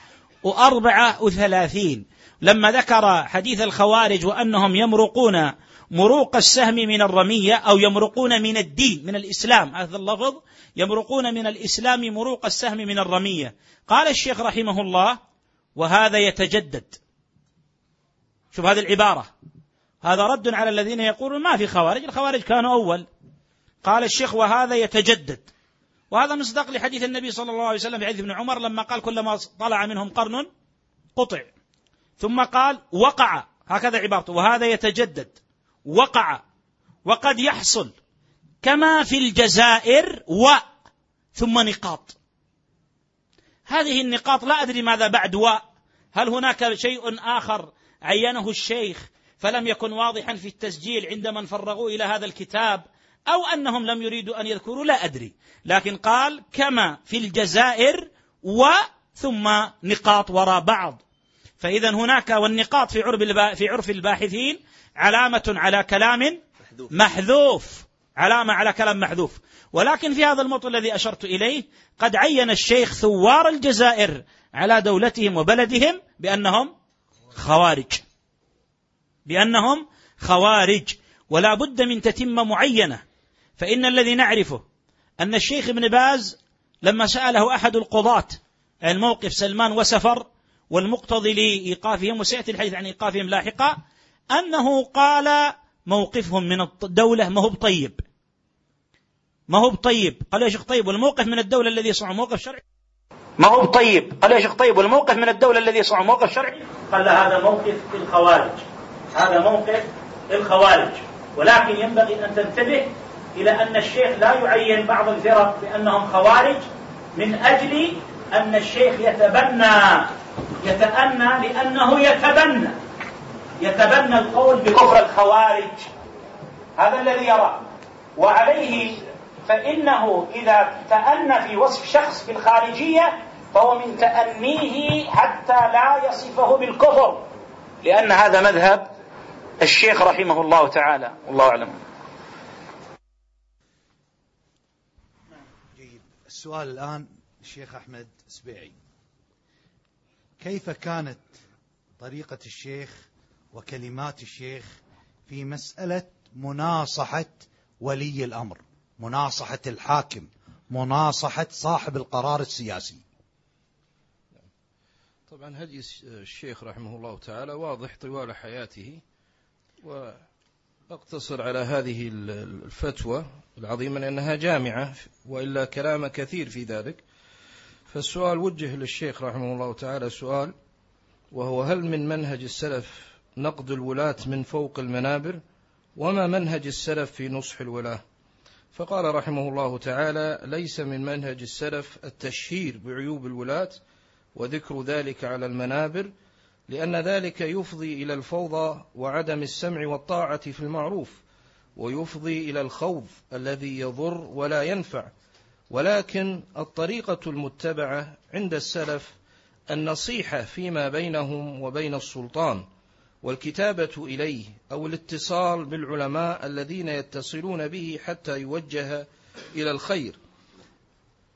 134 لما ذكر حديث الخوارج وأنهم يمرقون مروق السهم من الرمية، أو يمرقون من الدين من الإسلام، هذا اللفظ، يمرقون من الإسلام مروق السهم من الرمية. قال الشيخ رحمه الله: وهذا يتجدد. شوف هذه العبارة، هذا رد على الذين يقولون ما في خوارج، الخوارج كانوا أول. قال الشيخ: وهذا يتجدد، وهذا مصداق لحديث النبي صلى الله عليه وسلم في حديث ابن عمر لما قال: كلما طلع منهم قرن قطع. ثم قال: وقع، هكذا عبارته، وهذا يتجدد، وقع، وقد يحصل، كما في الجزائر، ثم نقاط. هذه النقاط لا أدري ماذا بعد هل هناك شيء آخر عينه الشيخ فلم يكن واضحا في التسجيل عندما فرغوا إلى هذا الكتاب، أو أنهم لم يريدوا أن يذكروا، لا أدري. لكن قال: كما في الجزائر، ثم نقاط وراء بعض. فإذا هناك، والنقاط في عرف الباحثين علامة على كلام محذوف، علامة على كلام محذوف. ولكن في هذا الموطن الذي أشرت إليه قد عين الشيخ ثوار الجزائر على دولتهم وبلدهم بأنهم خوارج، ولا بد من تتمة معينة. فإن الذي نعرفه أن الشيخ ابن باز لما سأله أحد القضاة عن موقف سلمان وسفر والمقتضي لإيقافهم، وسيأتي الحديث عن إيقافهم لاحقا، أنه قال: موقفهم من الدولة ما هو بطيب. قال: يا شيخ طيب، والموقف من الدولة الذي يصنع موقف شرعي ما هو بطيب. قال: يا شيخ طيب، والموقف من الدولة الذي يصنع موقف شرعي؟ قال: هذا موقف الخوارج. ولكن ينبغي أن تنتبه إلى أن الشيخ لا يعين بعض الفرق بأنهم خوارج من أجل أن الشيخ يتأنى لأنه يتبنى القول بكفر الخوارج، هذا الذي يرى. وعليه فإنه إذا تأنى في وصف شخص بالخارجية فهو من تأنيه حتى لا يصفه بالكفر، لأن هذا مذهب الشيخ رحمه الله تعالى، والله أعلم. جيد. السؤال الآن الشيخ أحمد سبيعي: كيف كانت طريقة الشيخ وكلمات الشيخ في مسألة مناصحة ولي الأمر، مناصحة الحاكم، مناصحة صاحب القرار السياسي؟ طبعا هدي الشيخ رحمه الله تعالى واضح طوال حياته، وأقتصر على هذه الفتوى العظيمة لأنها جامعة، وإلا كلام كثير في ذلك. فالسؤال وجه للشيخ رحمه الله تعالى سؤال، وهو: هل من منهج السلف نقد الولاة من فوق المنابر؟ وما منهج السلف في نصح الولاة؟ فقال رحمه الله تعالى: ليس من منهج السلف التشهير بعيوب الولاة وذكر ذلك على المنابر، لأن ذلك يفضي إلى الفوضى وعدم السمع والطاعة في المعروف، ويفضي إلى الخوض الذي يضر ولا ينفع. ولكن الطريقة المتبعة عند السلف النصيحة فيما بينهم وبين السلطان، والكتابة إليه أو الاتصال بالعلماء الذين يتصلون به حتى يوجه إلى الخير.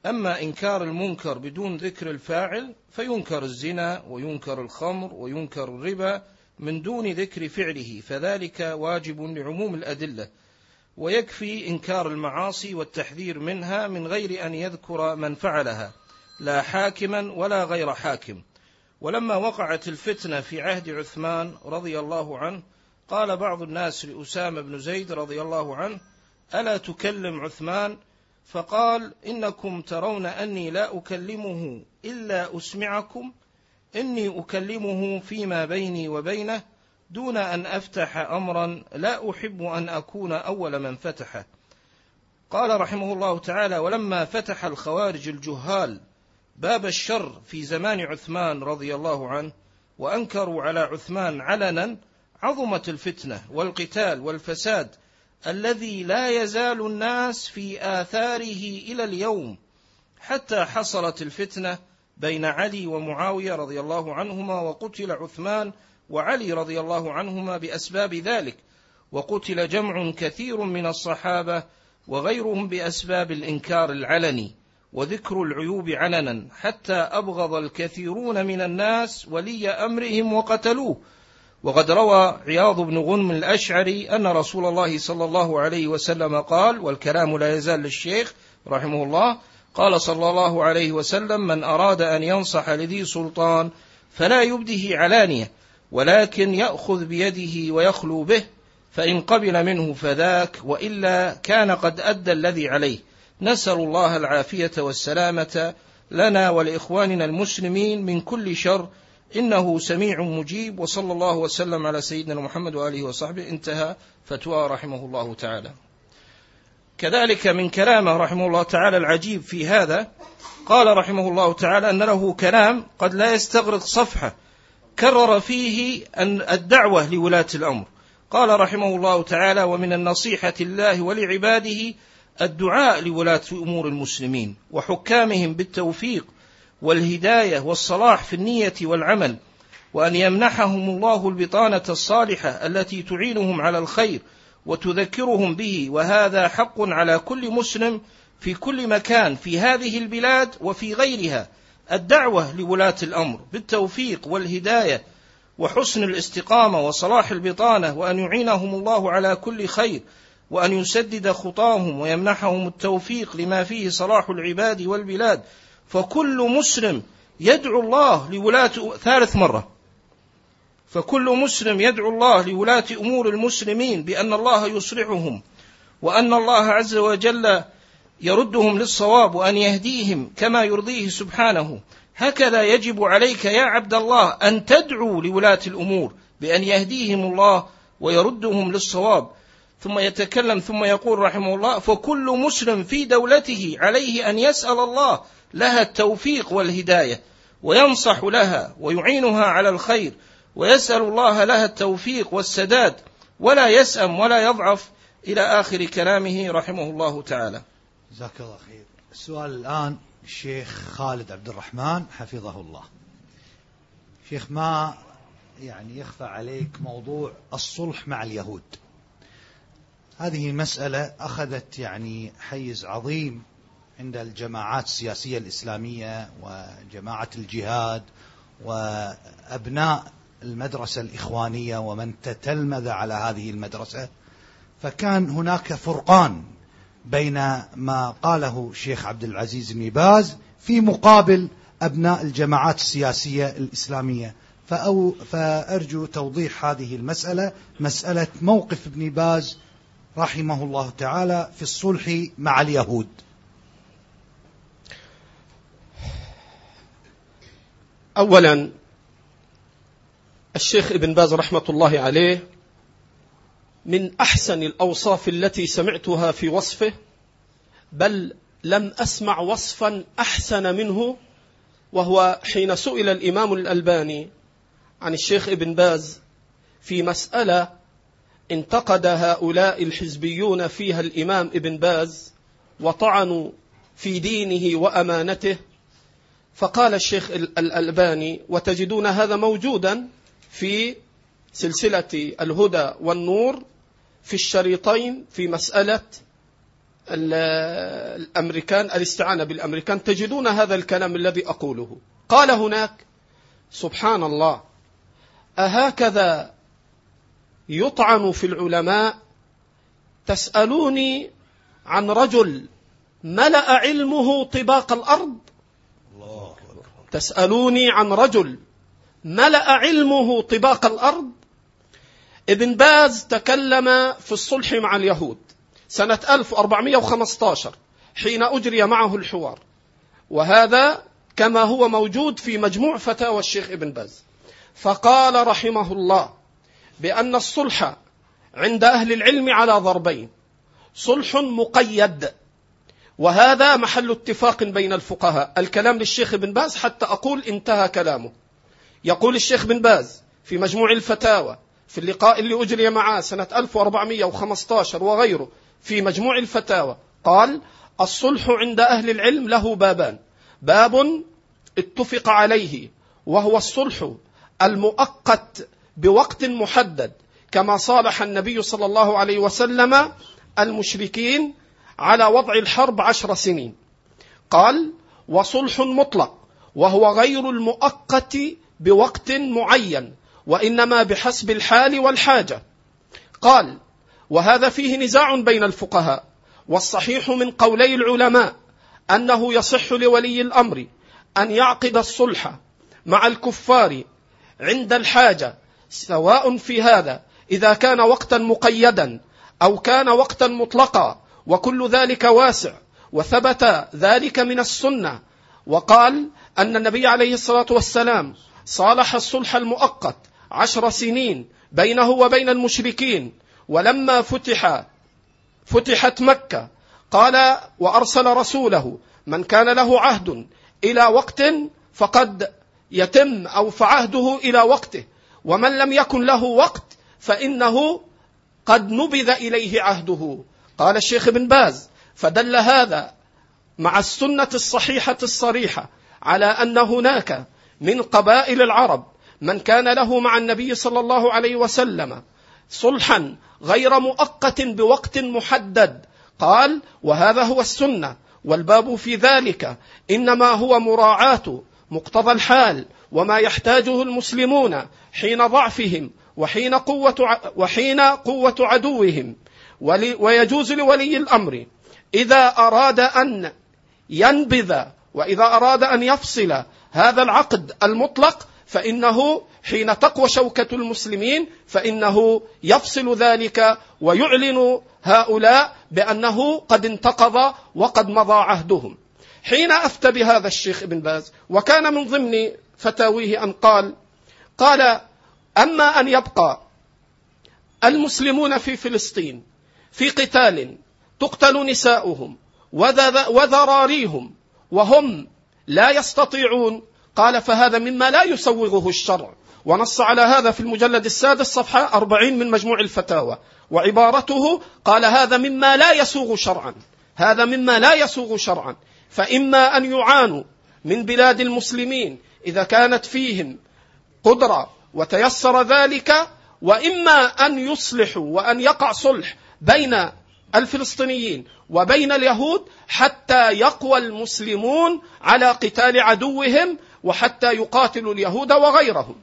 أما إنكار المنكر بدون ذكر الفاعل فينكر الزنا وينكر الخمر وينكر الربا من دون ذكر فعله، فذلك واجب لعموم الأدلة، ويكفي إنكار المعاصي والتحذير منها من غير أن يذكر من فعلها، لا حاكما ولا غير حاكم. ولما وقعت الفتنة في عهد عثمان رضي الله عنه قال بعض الناس لأسامة بن زيد رضي الله عنه: ألا تكلم عثمان؟ فقال: إنكم ترون أني لا أكلمه إلا أسمعكم، إني أكلمه فيما بيني وبينه دون أن أفتح أمرا لا أحب أن أكون أول من فتحه. قال رحمه الله تعالى: ولما فتح الخوارج الجهال باب الشر في زمان عثمان رضي الله عنه وأنكروا على عثمان علنا، عظمت الفتنة والقتال والفساد الذي لا يزال الناس في آثاره إلى اليوم، حتى حصلت الفتنة بين علي ومعاوية رضي الله عنهما، وقتل عثمان وعلي رضي الله عنهما بأسباب ذلك، وقتل جمع كثير من الصحابة وغيرهم بأسباب الإنكار العلني وذكر العيوب علنا، حتى أبغض الكثيرون من الناس ولي أمرهم وقتلوه. وقد روى عياض بن غنم الأشعري أن رسول الله صلى الله عليه وسلم قال، والكلام لا يزال للشيخ رحمه الله، قال صلى الله عليه وسلم: من أراد أن ينصح لذي سلطان فلا يبده علانية، ولكن يأخذ بيده ويخلو به، فإن قبل منه فذاك، وإلا كان قد أدى الذي عليه. نسأل الله العافية والسلامة لنا ولإخواننا المسلمين من كل شر، إنه سميع مجيب. وصلى الله وسلم على سيدنا محمد وآله وصحبه. انتهى فتوى رحمه الله تعالى. كذلك من كلامه رحمه الله تعالى العجيب في هذا، قال رحمه الله تعالى أن له كلام قد لا يستغرق صفحة، كرر فيه أن الدعوة لولاة الأمر. قال رحمه الله تعالى: ومن النصيحة لله ولعباده الدعاء لولاة أمور المسلمين وحكامهم بالتوفيق والهداية والصلاح في النية والعمل، وأن يمنحهم الله البطانة الصالحة التي تعينهم على الخير وتذكرهم به، وهذا حق على كل مسلم في كل مكان في هذه البلاد وفي غيرها، الدعوة لولاة الأمر بالتوفيق والهداية وحسن الاستقامة وصلاح البطانة، وأن يعينهم الله على كل خير، وأن يسدد خطاهم ويمنحهم التوفيق لما فيه صلاح العباد والبلاد. فكل مسلم يدعو الله لولاة فكل مسلم يدعو الله لولاة أمور المسلمين بأن الله يصلحهم، وأن الله عز وجل يردهم للصواب، وأن يهديهم كما يرضيه سبحانه. هكذا يجب عليك يا عبد الله أن تدعو لولاة الأمور بأن يهديهم الله ويردهم للصواب. ثم يتكلم ثم يقول رحمه الله: فكل مسلم في دولته عليه أن يسأل الله لها التوفيق والهداية، وينصح لها ويعينها على الخير، ويسأل الله لها التوفيق والسداد، ولا يسأم ولا يضعف، إلى آخر كلامه رحمه الله تعالى. جزاك الله خير. السؤال الآن الشيخ خالد عبد الرحمن حفظه الله. شيخ، ما يعني يخفى عليك موضوع الصلح مع اليهود؟ هذه مسألة أخذت يعني حيز عظيم عند الجماعات السياسية الإسلامية وجماعة الجهاد وأبناء المدرسة الإخوانية ومن تتلمذ على هذه المدرسة. فكان هناك فرقان بين ما قاله الشيخ عبد العزيز بن باز في مقابل أبناء الجماعات السياسية الإسلامية. فأرجو توضيح هذه المسألة، مسألة موقف ابن باز رحمه الله تعالى في الصلح مع اليهود. أولا، الشيخ ابن باز رحمة الله عليه من أحسن الأوصاف التي سمعتها في وصفه، بل لم أسمع وصفا أحسن منه، وهو حين سئل الإمام الألباني عن الشيخ ابن باز في مسألة انتقد هؤلاء الحزبيون فيها الإمام ابن باز وطعنوا في دينه وأمانته، فقال الشيخ الألباني، وتجدون هذا موجودا في سلسلة الهدى والنور في الشريطين في مسألة الأمريكان، الاستعانة بالأمريكان، تجدون هذا الكلام الذي أقوله. قال هناك: سبحان الله، أهكذا يطعن في العلماء؟ تسألوني عن رجل ملأ علمه طباق الأرض؟ تسألوني عن رجل ملأ علمه طباق الأرض؟ ابن باز تكلم في الصلح مع اليهود سنة 1415 حين أجري معه الحوار، وهذا كما هو موجود في مجموع فتاوى الشيخ ابن باز. فقال رحمه الله بأن الصلح عند أهل العلم على ضربين: صلح مقيد، وهذا محل اتفاق بين الفقهاء. الكلام للشيخ ابن باز حتى أقول انتهى كلامه. يقول الشيخ ابن باز في مجموع الفتاوى في اللقاء اللي أجري معه سنة 1415 وغيره في مجموع الفتاوى، قال: الصلح عند أهل العلم له بابان: باب اتفق عليه وهو الصلح المؤقت بوقت محدد، كما صالح النبي صلى الله عليه وسلم المشركين على وضع الحرب 10 سنين. قال: وصلح مطلق وهو غير المؤقت بوقت معين، وإنما بحسب الحال والحاجة. قال: وهذا فيه نزاع بين الفقهاء، والصحيح من قولي العلماء أنه يصح لولي الأمر أن يعقد الصلح مع الكفار عند الحاجة، سواء في هذا إذا كان وقتا مقيدا أو كان وقتا مطلقا، وكل ذلك واسع، وثبت ذلك من السنة. وقال أن النبي عليه الصلاة والسلام صالح الصلح المؤقت 10 سنين بينه وبين المشركين، ولما فتحت مكة قال: وأرسل رسوله من كان له عهد إلى وقت فقد يتم أو فعهده إلى وقته، ومن لم يكن له وقت فإنه قد نبذ إليه عهده. قال الشيخ ابن باز: فدل هذا مع السنة الصحيحة الصريحة على أن هناك من قبائل العرب من كان له مع النبي صلى الله عليه وسلم صلحا غير مؤقت بوقت محدد. قال: وهذا هو السنة، والباب في ذلك إنما هو مراعاة مقتضى الحال وما يحتاجه المسلمون حين ضعفهم وحين قوة عدوهم. ويجوز لولي الأمر إذا أراد أن ينبذ وإذا أراد أن يفصل هذا العقد المطلق، فإنه حين تقوى شوكة المسلمين فإنه يفصل ذلك ويعلن هؤلاء بأنه قد انتقض وقد مضى عهدهم. حين أفتى بهذا الشيخ ابن باز، وكان من ضمن فتاويه أن قال: أما أن يبقى المسلمون في فلسطين في قتال تقتل نساؤهم وذراريهم وهم لا يستطيعون، قال: فهذا مما لا يسوغه الشرع. ونص على هذا في المجلد 6 صفحة 40 من مجموع الفتاوى، وعبارته قال: هذا مما لا يسوغ شرعا، هذا مما لا يسوغ شرعا، فإما أن يعانوا من بلاد المسلمين إذا كانت فيهم قدرة وتيسر ذلك، وإما أن يصلحوا وأن يقع صلح بين الفلسطينيين وبين اليهود حتى يقوى المسلمون على قتال عدوهم وحتى يقاتلوا اليهود وغيرهم.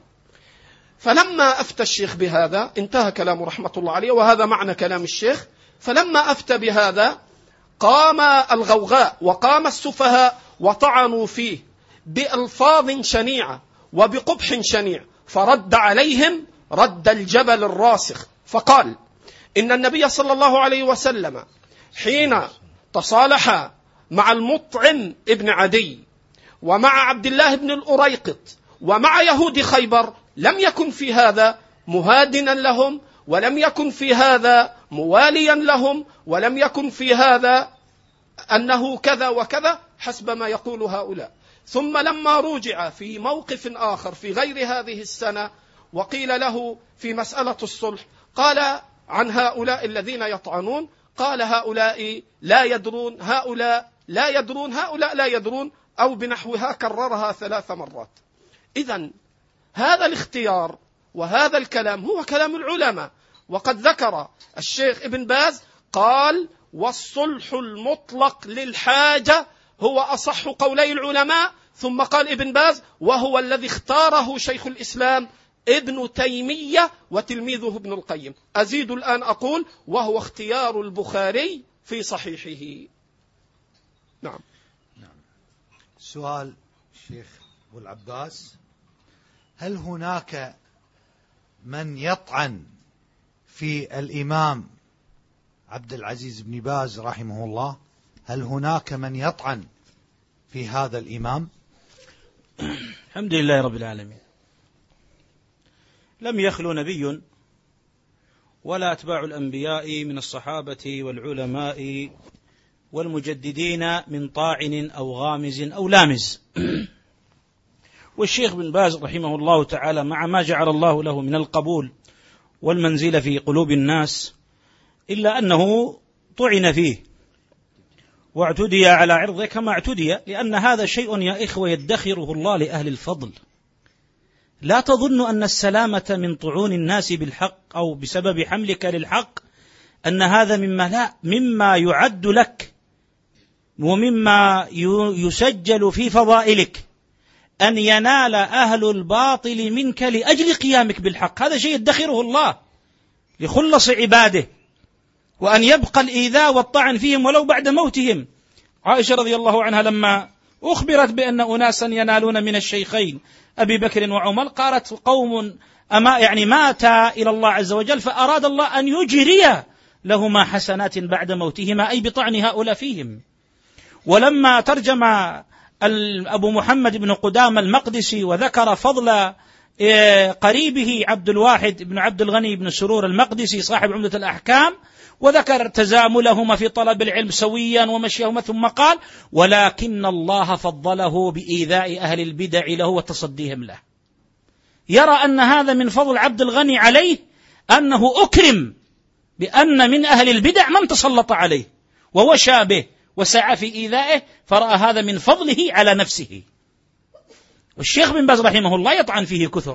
فلما أفتى الشيخ بهذا، انتهى كلام رحمة الله عليه، وهذا معنى كلام الشيخ. فلما أفتى بهذا قام الغوغاء وقام السفهاء وطعنوا فيه بألفاظ شنيعة وبقبح شنيع، فرد عليهم رد الجبل الراسخ، فقال: إن النبي صلى الله عليه وسلم حين تصالح مع المطعم ابن عدي ومع عبد الله بن الأريقط ومع يهود خيبر لم يكن في هذا مهادنا لهم، ولم يكن في هذا مواليا لهم، ولم يكن في هذا أنه كذا وكذا حسب ما يقول هؤلاء. ثم لما رجع في موقف آخر في غير هذه السنة وقيل له في مسألة الصلح، قال عن هؤلاء الذين يطعنون، قال: هؤلاء لا يدرون، هؤلاء لا يدرون، هؤلاء لا يدرون، أو بنحوها كررها 3 مرات. إذن هذا الاختيار وهذا الكلام هو كلام العلماء. وقد ذكر الشيخ ابن باز قال: والصلح المطلق للحاجة هو أصح قولي العلماء. ثم قال ابن باز: وهو الذي اختاره شيخ الإسلام ابن تيمية وتلميذه ابن القيم. أزيد الآن أقول: وهو اختيار البخاري في صحيحه. نعم. سؤال الشيخ أبو العباس: هل هناك من يطعن في الإمام عبد العزيز بن باز رحمه الله؟ هل هناك من يطعن في هذا الإمام؟ الحمد لله رب العالمين. لم يخلو نبي ولا أتباع الأنبياء من الصحابة والعلماء والمجددين من طاعن أو غامز أو لامز. والشيخ بن باز رحمه الله تعالى مع ما جعل الله له من القبول والمنزلة في قلوب الناس، إلا أنه طعن فيه واعتدي على عرضه كما اعتدي، لأن هذا شيء يا إخوة يدخره الله لأهل الفضل. لا تظن أن السلامة من طعون الناس بالحق أو بسبب حملك للحق أن هذا مما يعد لك ومما يسجل في فضائلك أن ينال أهل الباطل منك لأجل قيامك بالحق. هذا شيء يدخره الله لخلص عباده، وأن يبقى الإيذاء والطعن فيهم ولو بعد موتهم. عائشة رضي الله عنها لما أخبرت بأن أناسا ينالون من الشيخين أبي بكر وعمر قالت: قوم ماتا إلى الله عز وجل فأراد الله أن يجري لهما حسنات بعد موتهما، أي بطعن هؤلاء فيهم. ولما ترجم أبو محمد بن قدامة المقدسي وذكر فضل قريبه عبد الواحد بن عبد الغني بن سرور المقدسي صاحب عمدة الأحكام، وذكر تزاملهما في طلب العلم سويا ومشيهما، ثم قال: ولكن الله فضله بإيذاء أهل البدع له وتصديهم له. يرى أن هذا من فضل عبد الغني عليه، أنه أكرم بأن من أهل البدع من تسلط عليه ووشى به وسعى في إيذائه، فرأى هذا من فضله على نفسه. والشيخ بن باز رحمه الله يطعن فيه كثر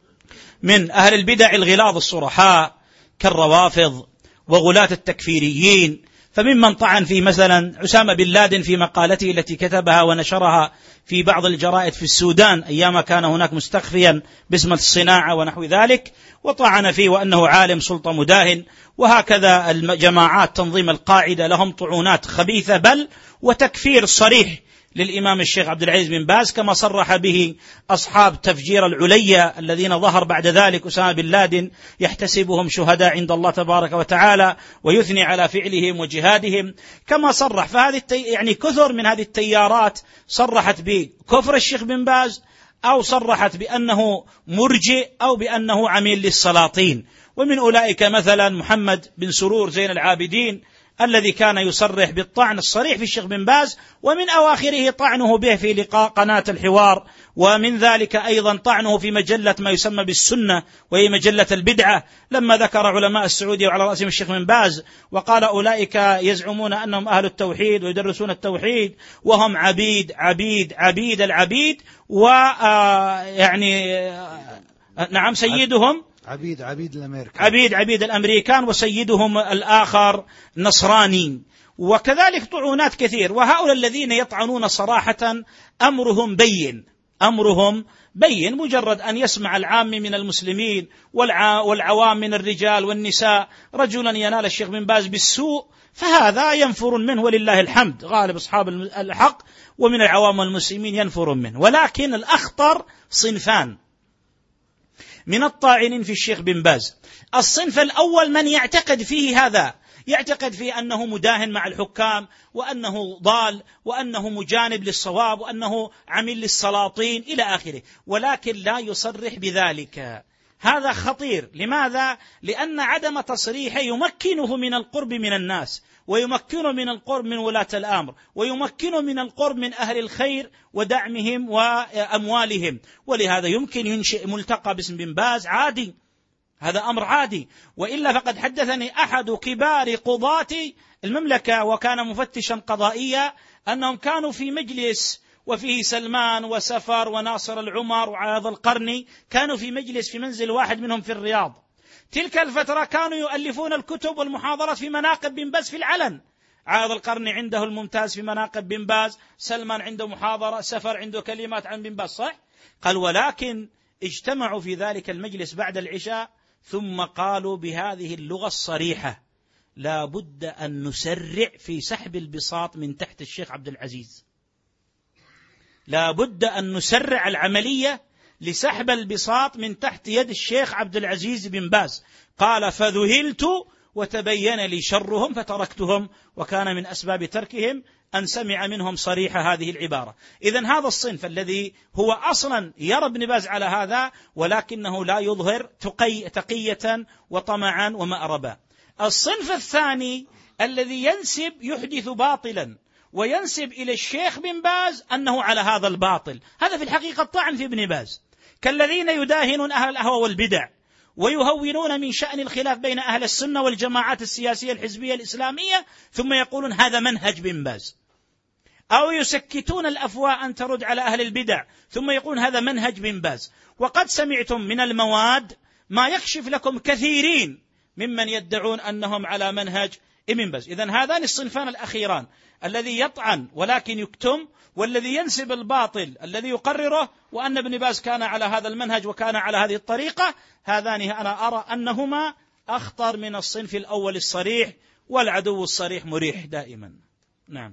من أهل البدع الغلاظ الصرحاء كالروافض وغلاة التكفيريين. فممن طعن فيه مثلا أسامة بن لادن في مقالته التي كتبها ونشرها في بعض الجرائد في السودان أيام كان هناك مستخفيا باسم الصناعة ونحو ذلك، وطعن فيه وأنه عالم سلطة مداهن. وهكذا الجماعات تنظيم القاعدة لهم طعونات خبيثة بل وتكفير صريح للإمام الشيخ عبد العزيز بن باز، كما صرح به أصحاب تفجير العليا الذين ظهر بعد ذلك أسامة بن لادن يحتسبهم شهداء عند الله تبارك وتعالى ويثني على فعلهم وجهادهم كما صرح. فهذه كثر من هذه التيارات صرحت بكفر الشيخ بن باز، أو صرحت بأنه مرجئ، أو بأنه عميل للسلاطين. ومن أولئك مثلا محمد بن سرور زين العابدين الذي كان يصرح بالطعن الصريح في الشيخ بن باز، ومن أواخره طعنه به في لقاء قناة الحوار، ومن ذلك أيضا طعنه في مجلة ما يسمى بالسنة وهي مجلة البدعة، لما ذكر علماء السعودية وعلى رأسهم الشيخ بن باز وقال: أولئك يزعمون أنهم أهل التوحيد ويدرسون التوحيد وهم عبيد العبيد، نعم سيدهم عبيد الأمريكان وسيدهم الآخر نصراني. وكذلك طعونات كثير. وهؤلاء الذين يطعنون صراحة أمرهم بين، مجرد أن يسمع العام من المسلمين والعوام من الرجال والنساء رجلا ينال الشيخ بن باز بالسوء، فهذا ينفر منه ولله الحمد، غالب أصحاب الحق ومن العوام والمسلمين ينفر منه. ولكن الأخطر صنفان من الطاعنين في الشيخ بن باز. الصنف الأول من يعتقد فيه هذا، يعتقد فيه أنه مداهن مع الحكام، وأنه ضال، وأنه مجانب للصواب، وأنه عميل للسلاطين إلى آخره، ولكن لا يصرح بذلك. هذا خطير. لماذا؟ لأن عدم تصريحه يمكنه من القرب من الناس، ويمكنه من القرب من ولاة الأمر، ويمكنه من القرب من أهل الخير ودعمهم وأموالهم. ولهذا يمكن ينشئ ملتقى باسم بن باز عادي، هذا أمر عادي. وإلا فقد حدثني أحد كبار قضاة المملكة وكان مفتشا قضائيا أنهم كانوا في مجلس وفيه سلمان وسفر وناصر العمر وعاض القرني، كانوا في مجلس في منزل واحد منهم في الرياض. تلك الفترة كانوا يؤلفون الكتب والمحاضرات في مناقب بن باز في العلن، عاض القرني عنده الممتاز في مناقب بن باز، سلمان عنده محاضرة، سفر عنده كلمات عن بن باز، صح؟ قال ولكن اجتمعوا في ذلك المجلس بعد العشاء ثم قالوا بهذه اللغة الصريحة: لا بد أن نسرع في سحب البساط من تحت الشيخ عبد العزيز، لا بد أن نسرع العملية لسحب البساط من تحت يد الشيخ عبد العزيز بن باز. قال فذهلت وتبين لي شرهم فتركتهم، وكان من أسباب تركهم أن سمع منهم صريح هذه العبارة. إذن هذا الصنف الذي هو أصلا يرى ابن باز على هذا، ولكنه لا يظهر تقية وطمعا ومأربا. الصنف الثاني الذي يحدث باطلا وينسب إلى الشيخ بن باز أنه على هذا الباطل، هذا في الحقيقة طعن في ابن باز، كالذين يداهنون أهل الأهواء والبدع ويهونون من شأن الخلاف بين أهل السنة والجماعات السياسية الحزبية الإسلامية، ثم يقولون هذا منهج بن باز، أو يسكتون الأفواه أن ترد على أهل البدع ثم يقولون هذا منهج بن باز. وقد سمعتم من المواد ما يكشف لكم كثيرين ممن يدعون أنهم على منهج ابن باز. إذن هذان الصنفان الأخيران، الذي يطعن ولكن يكتم، والذي ينسب الباطل الذي يقرره وأن ابن باز كان على هذا المنهج وكان على هذه الطريقة، هذان أنا أرى أنهما أخطر من الصنف الأول الصريح، والعدو الصريح مريح دائما. نعم.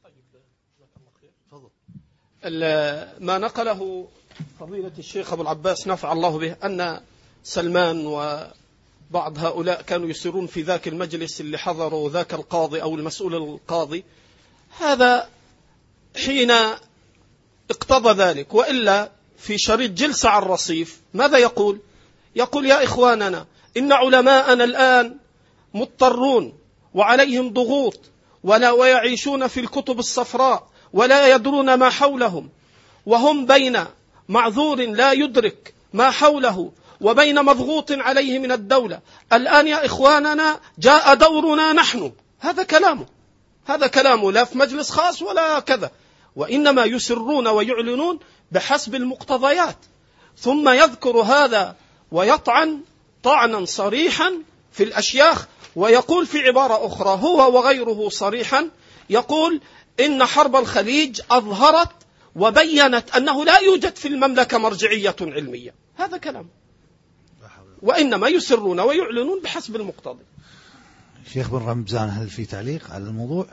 ما نقله فضيلة الشيخ أبو العباس نفع الله به أن سلمان وبعض هؤلاء كانوا يسيرون في ذاك المجلس اللي حضروا ذاك القاضي أو المسؤول القاضي، هذا حين اقتضى ذلك، وإلا في شريط جلسة على الرصيف ماذا يقول؟ يقول يا إخواننا إن علماءنا الآن مضطرون وعليهم ضغوط ويعيشون في الكتب الصفراء ولا يدرون ما حولهم، وهم بين معذور لا يدرك ما حوله وبين مضغوط عليه من الدولة. الآن يا إخواننا جاء دورنا نحن. هذا كلامه لا في مجلس خاص ولا كذا، وإنما يسرون ويعلنون بحسب المقتضيات. ثم يذكر هذا ويطعن طعنا صريحا في الأشياخ، ويقول في عبارة أخرى هو وغيره صريحا، يقول إن حرب الخليج أظهرت وبينت أنه لا يوجد في المملكة مرجعية علمية. هذا كلام، وإنما يسرون ويعلنون بحسب المقتضي. شيخ بن رمزان، هل في تعليق على الموضوع؟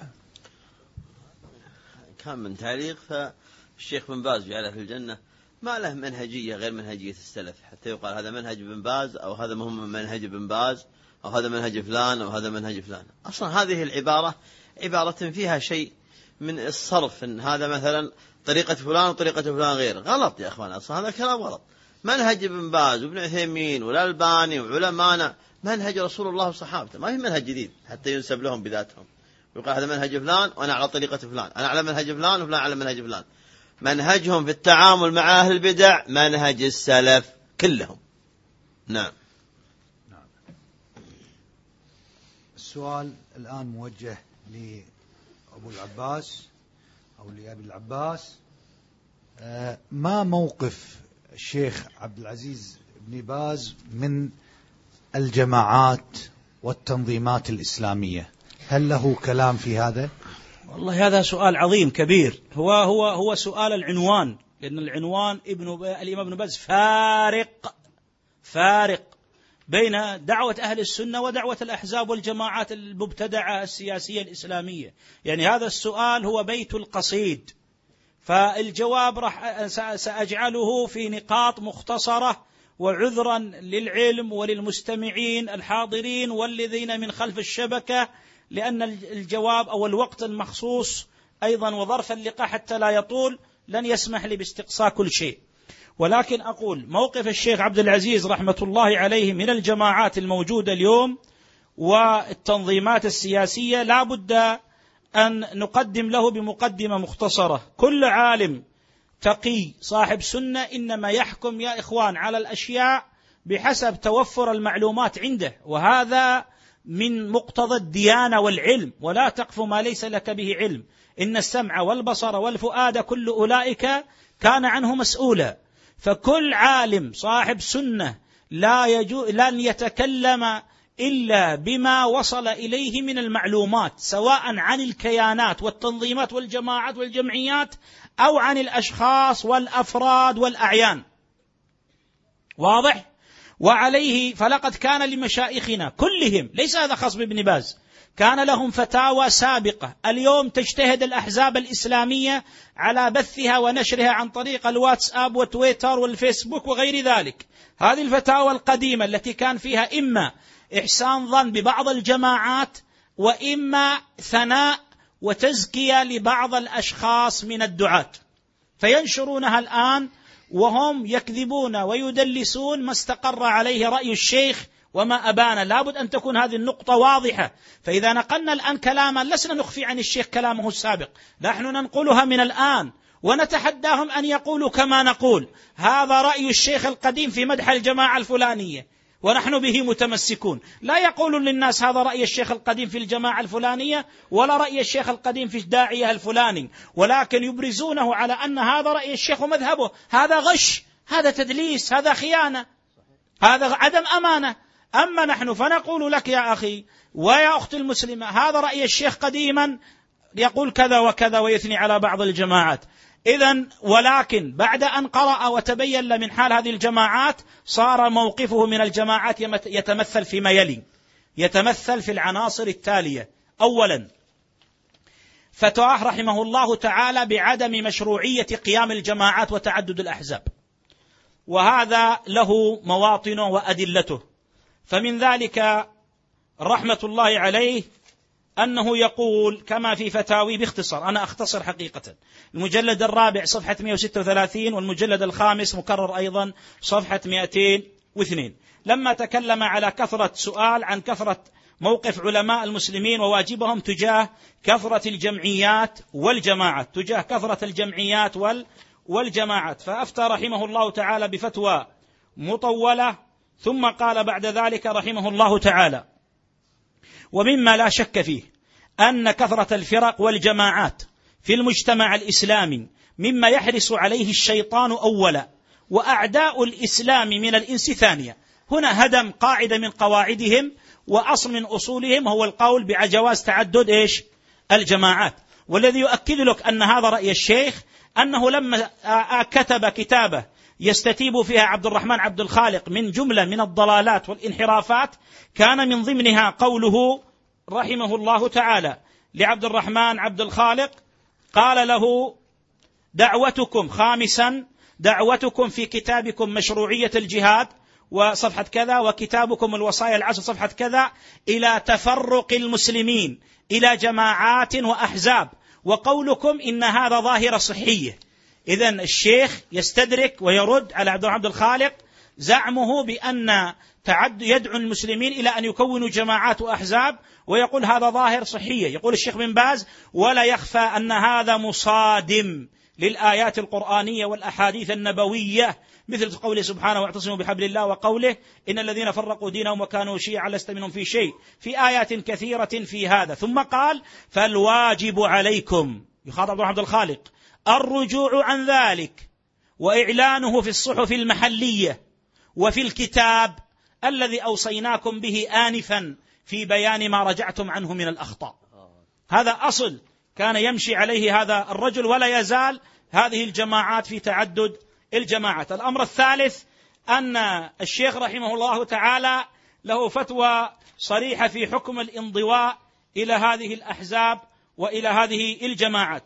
كان من تعليق، فالشيخ بن باز جعله في الجنة ما له منهجية غير منهجية السلف، حتى يقال هذا منهج بن باز أو هذا مهم منهج بن باز أو هذا منهج فلان أو هذا منهج فلان. أصلا هذه العبارة عبارة فيها شيء من الصرف، إن هذا مثلا طريقة فلان وطريقة فلان غير. غلط يا أخوان، أصلا هذا كلام غلط. منهج ابن باز وابن عثيمين والألباني وعلمانا منهج رسول الله وصحابته، ما في منهج جديد حتى ينسب لهم بذاتهم ويقال هذا منهج فلان وأنا على طريقة فلان، أنا على منهج فلان وفلان على منهج فلان. منهجهم في التعامل مع أهل البدع منهج السلف كلهم. نعم. السؤال الآن موجه لأبو العباس أو لأبي العباس، ما موقف الشيخ عبد العزيز بن باز من الجماعات والتنظيمات الإسلامية؟ هل له كلام في هذا؟ والله هذا سؤال عظيم كبير، هو سؤال العنوان، لأن العنوان الإمام ابن باز فارق بين دعوة أهل السنة ودعوة الأحزاب والجماعات المبتدعة السياسية الإسلامية. يعني هذا السؤال هو بيت القصيد، فالجواب سأجعله في نقاط مختصرة، وعذرا للعلم وللمستمعين الحاضرين والذين من خلف الشبكة، لأن الجواب أو الوقت المخصوص أيضا وظرف اللقاء حتى لا يطول لن يسمح لي باستقصاء كل شيء. ولكن أقول موقف الشيخ عبد العزيز رحمة الله عليه من الجماعات الموجودة اليوم والتنظيمات السياسية لا بد أن نقدم له بمقدمة مختصرة. كل عالم تقي صاحب سنة إنما يحكم يا إخوان على الأشياء بحسب توفر المعلومات عنده، وهذا من مقتضى الديانة والعلم، ولا تقف ما ليس لك به علم، إن السمع والبصر والفؤاد كل أولئك كان عنه مسؤولا. فكل عالم صاحب سنة لن يتكلم إلا بما وصل إليه من المعلومات، سواء عن الكيانات والتنظيمات والجماعات والجمعيات أو عن الأشخاص والأفراد والأعيان. واضح؟ وعليه فلقد كان لمشايخنا كلهم، ليس هذا خاص بابن باز، كان لهم فتاوى سابقة. اليوم تجتهد الأحزاب الإسلامية على بثها ونشرها عن طريق الواتساب وتويتر والفيسبوك وغير ذلك. هذه الفتاوى القديمة التي كان فيها إما إحسان ظن ببعض الجماعات وإما ثناء وتزكية لبعض الأشخاص من الدعاة، فينشرونها الآن وهم يكذبون ويدلسون ما استقر عليه رأي الشيخ وما أبان. لابد أن تكون هذه النقطة واضحة. فإذا نقلنا الآن كلاما لسنا نخفي عن الشيخ كلامه السابق، نحن ننقلها من الآن ونتحداهم أن يقولوا كما نقول هذا رأي الشيخ القديم في مدح الجماعة الفلانية ونحن به متمسكون. لا يقولون للناس هذا رأي الشيخ القديم في الجماعة الفلانية ولا رأي الشيخ القديم في الداعية الفلاني، ولكن يبرزونه على أن هذا رأي الشيخ ومذهبه. هذا غش، هذا تدليس، هذا خيانة، هذا عدم أمانة. أما نحن فنقول لك يا أخي ويا أختي المسلمة هذا رأي الشيخ قديما يقول كذا وكذا ويثني على بعض الجماعات. إذن ولكن بعد أن قرأ وتبين من حال هذه الجماعات صار موقفه من الجماعات يتمثل فيما يلي، يتمثل في العناصر التالية. أولا، فتواه رحمه الله تعالى بعدم مشروعية قيام الجماعات وتعدد الأحزاب، وهذا له مواطنه وأدلته. فمن ذلك رحمة الله عليه أنه يقول كما في فتاوي باختصار، أنا أختصر حقيقة، المجلد الرابع صفحة 136 والمجلد الخامس مكرر أيضا صفحة 202، لما تكلم على كثرة سؤال عن كثرة موقف علماء المسلمين وواجبهم تجاه كثرة الجمعيات والجماعات، تجاه كثرة الجمعيات والجماعات، فأفتى رحمه الله تعالى بفتوى مطولة، ثم قال بعد ذلك رحمه الله تعالى: ومما لا شك فيه أن كثرة الفرق والجماعات في المجتمع الإسلامي مما يحرص عليه الشيطان أولا وأعداء الإسلام من الإنس ثانيا. هنا هدم قاعدة من قواعدهم وأصل من أصولهم، هو القول بجواز تعدد الجماعات. والذي يؤكد لك أن هذا رأي الشيخ أنه لما كتب كتابه يستتيب فيها عبد الرحمن عبد الخالق من جملة من الضلالات والانحرافات، كان من ضمنها قوله رحمه الله تعالى لعبد الرحمن عبد الخالق، قال له: دعوتكم خامسا، دعوتكم في كتابكم مشروعية الجهاد وصفحة كذا، وكتابكم الوصايا العشر صفحة كذا، إلى تفرق المسلمين إلى جماعات وأحزاب، وقولكم إن هذا ظاهرة صحية. إذن الشيخ يستدرك ويرد على عبد الرحمن عبد الخالق زعمه بأن يدعو المسلمين إلى أن يكونوا جماعات وأحزاب، ويقول هذا ظاهر صحية. يقول الشيخ بن باز: ولا يخفى أن هذا مصادم للآيات القرآنية والأحاديث النبوية، مثل قوله سبحانه: واعتصموا بحبل الله، وقوله: إن الذين فرقوا دينهم وكانوا شيعا لست منهم في شيء، في آيات كثيرة في هذا. ثم قال: فالواجب عليكم، يخاطب عبد الخالق، الرجوع عن ذلك وإعلانه في الصحف المحلية وفي الكتاب الذي أوصيناكم به آنفا في بيان ما رجعتم عنه من الأخطاء. هذا أصل كان يمشي عليه هذا الرجل، ولا يزال هذه الجماعات في تعدد الجماعات. الأمر الثالث أن الشيخ رحمه الله تعالى له فتوى صريحة في حكم الانضواء إلى هذه الأحزاب وإلى هذه الجماعات.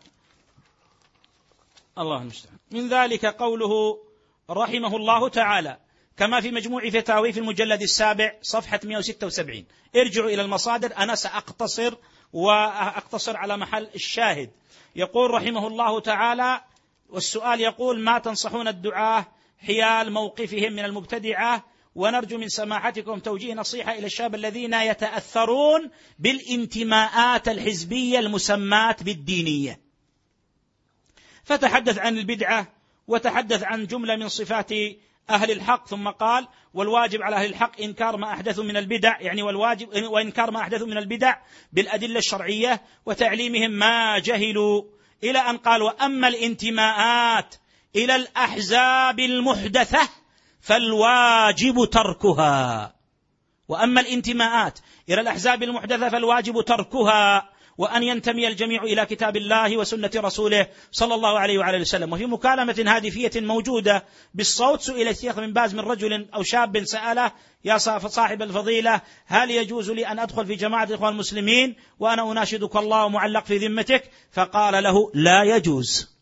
الله المستعان. من ذلك قوله رحمه الله تعالى كما في مجموع فتاوي في المجلد السابع صفحة 176. ارجعوا إلى المصادر، أنا سأقتصر على محل الشاهد. يقول رحمه الله تعالى، والسؤال يقول: ما تنصحون الدعاة حيال موقفهم من المبتدعة؟ ونرجو من سماحتكم توجيه نصيحة إلى الشباب الذين يتأثرون بالانتماءات الحزبية المسماة بالدينية. فتحدث عن البدعة وتحدث عن جملة من صفات أهل الحق، ثم قال: والواجب على أهل الحق إنكار ما أحدثوا من البدع، يعني والواجب وإنكار ما أحدثوا من البدع بالأدلة الشرعية وتعليمهم ما جهلوا، إلى أن قال: وأما الانتماءات إلى الأحزاب المحدثة فالواجب تركها. وأما الانتماءات إلى الأحزاب المحدثة فالواجب تركها، وأن ينتمي الجميع إلى كتاب الله وسنة رسوله صلى الله عليه وعلى وسلم. وفي مكالمة هاتفية موجودة بالصوت سئل الشيخ بن باز من رجل أو شاب سأله: يا صاحب الفضيلة، هل يجوز لي أن أدخل في جماعة الإخوان المسلمين وأنا أناشدك الله ومعلق في ذمتك؟ فقال له: لا يجوز.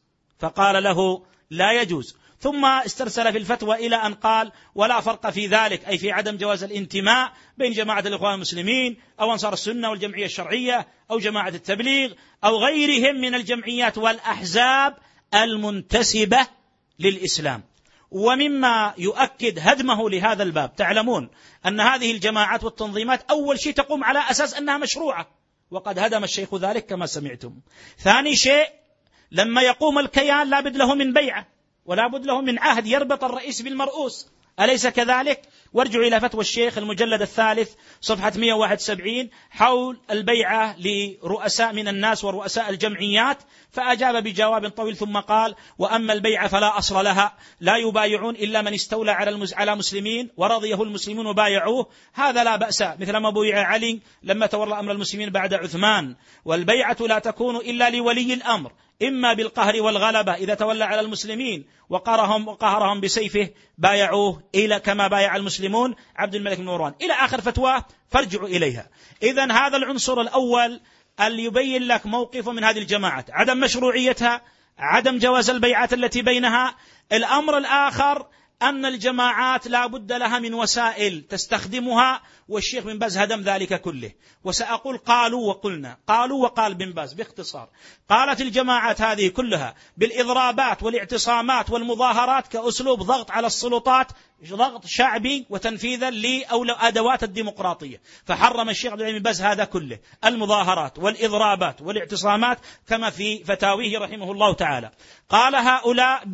لا يجوز. ثم استرسل في الفتوى إلى أن قال: ولا فرق في ذلك، أي في عدم جواز الانتماء بين جماعة الإخوان المسلمين أو أنصار السنة والجمعية الشرعية أو جماعة التبليغ أو غيرهم من الجمعيات والأحزاب المنتسبة للإسلام. ومما يؤكد هدمه لهذا الباب، تعلمون أن هذه الجماعات والتنظيمات أول شيء تقوم على أساس أنها مشروعة، وقد هدم الشيخ ذلك كما سمعتم. ثاني شيء، لما يقوم الكيان لابد له من بيعة ولا بد له من عهد يربط الرئيس بالمرؤوس، أليس كذلك؟ وارجعوا إلى فتوى الشيخ المجلد الثالث صفحة 171 حول البيعة لرؤساء من الناس ورؤساء الجمعيات، فأجاب بجواب طويل ثم قال: وأما البيعة فلا أصل لها، لا يبايعون إلا من استولى على مسلمين ورضيه المسلمون وبايعوه، هذا لا بأس، مثل ما بويع علي لما تولى أمر المسلمين بعد عثمان. والبيعة لا تكون إلا لولي الأمر، إما بالقهر والغلبة إذا تولى على المسلمين وقهرهم بسيفه بايعوه إلى كما بايع المسلمون عبد الملك بن مروان، إلى آخر فتوى فارجعوا إليها. إذن هذا العنصر الأول اللي يبين لك موقفه من هذه الجماعات: عدم مشروعيتها، عدم جواز البيعات التي بينها. الأمر الآخر أن الجماعات لا بد لها من وسائل تستخدمها، والشيخ بن باز هدم ذلك كله. وسأقول قالوا وقلنا، قالوا وقال بن باز باختصار. قالت الجماعات هذه كلها بالإضرابات والاعتصامات والمظاهرات كأسلوب ضغط على السلطات، ضغط شعبي وتنفيذا لأدوات الديمقراطية، فحرم الشيخ عبد العزيز بن باز هذا كله، المظاهرات والإضرابات والاعتصامات كما في فتاويه رحمه الله تعالى. قال هؤلاء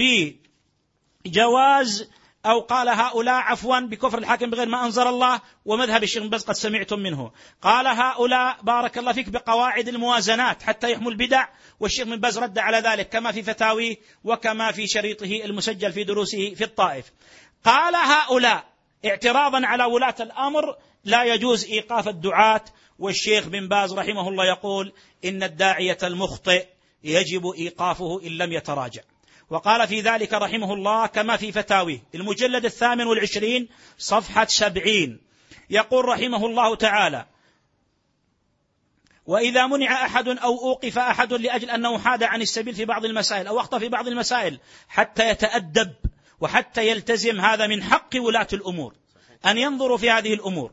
بجواز أو قال هؤلاء عفوا بكفر الحاكم بغير ما أنزل الله، ومذهب الشيخ بن باز قد سمعتم منه. قال هؤلاء بارك الله فيك بقواعد الموازنات حتى يحموا البدع، والشيخ بن باز رد على ذلك كما في فتاويه وكما في شريطه المسجل في دروسه في الطائف. قال هؤلاء اعتراضا على ولاة الأمر: لا يجوز إيقاف الدعاة، والشيخ بن باز رحمه الله يقول: إن الداعية المخطئ يجب إيقافه إن لم يتراجع. وقال في ذلك رحمه الله كما في فتاويه المجلد 28 صفحة 70، يقول رحمه الله تعالى: وإذا منع أحد أو أوقف أحد لأجل أنه حاد عن السبيل في بعض المسائل أو أخطأ في بعض المسائل حتى يتأدب وحتى يلتزم، هذا من حق ولاة الأمور أن ينظروا في هذه الأمور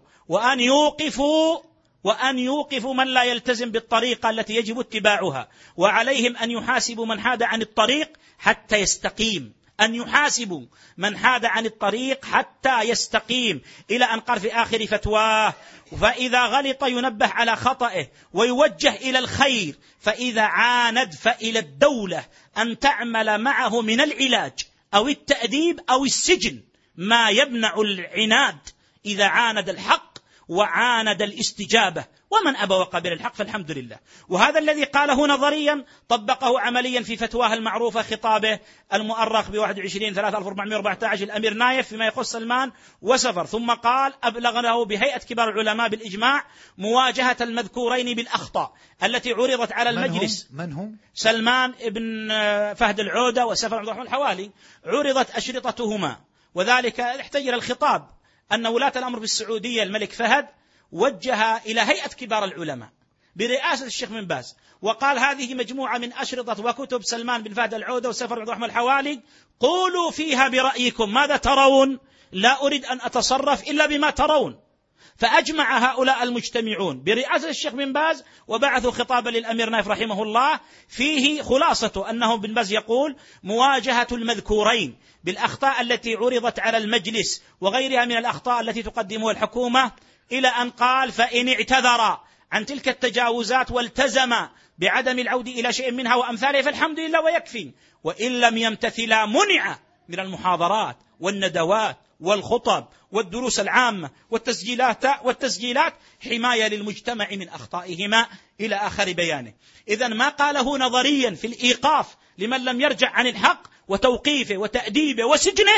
وأن يوقفوا من لا يلتزم بالطريقة التي يجب اتباعها، وعليهم أن يحاسبوا من حاد عن الطريق حتى يستقيم، أن يحاسبوا من حاد عن الطريق حتى يستقيم، إلى أن قال في آخر فتواه: فإذا غلط ينبه على خطئه ويوجه إلى الخير، فإذا عاند فإلى الدولة أن تعمل معه من العلاج أو التأديب أو السجن ما يمنع العناد إذا عاند الحق وعاند الاستجابة، ومن أبى وقبل الحق فالحمد لله. وهذا الذي قاله نظريا طبقه عمليا في فتواه المعروفة، خطابه المؤرخ ب21/3/1414 الأمير نايف فيما يخص سلمان وسفر. ثم قال: أبلغناه بهيئة كبار العلماء بالإجماع مواجهة المذكورين بالأخطاء التي عرضت على المجلس. من هم؟ سلمان ابن فهد العودة وسفر عبد الرحمن الحوالي، عرضت أشرطتهما، وذلك يحتاج إلى الخطاب أن ولاة الأمر في السعودية الملك فهد وجه إلى هيئة كبار العلماء برئاسة الشيخ بن باز وقال: هذه مجموعة من أشرطة وكتب سلمان بن فهد العودة وسفر عبد الرحمن الحوالي، قولوا فيها برأيكم ماذا ترون، لا أريد أن أتصرف إلا بما ترون. فأجمع هؤلاء المجتمعون برئاسة الشيخ بن باز وبعثوا خطابا للأمير نايف رحمه الله، فيه خلاصته أنه بن باز يقول: مواجهة المذكورين بالأخطاء التي عرضت على المجلس وغيرها من الأخطاء التي تقدمها الحكومة، إلى أن قال: فإن اعتذر عن تلك التجاوزات والتزم بعدم العود إلى شيء منها وأمثاله فالحمد لله ويكفي، وإن لم يمتثلا منع من المحاضرات والندوات والخطب والدروس العامة والتسجيلات حماية للمجتمع من أخطائهما، إلى آخر بيانه. إذن ما قاله نظريا في الإيقاف لمن لم يرجع عن الحق وتوقيفه وتأديبه وسجنه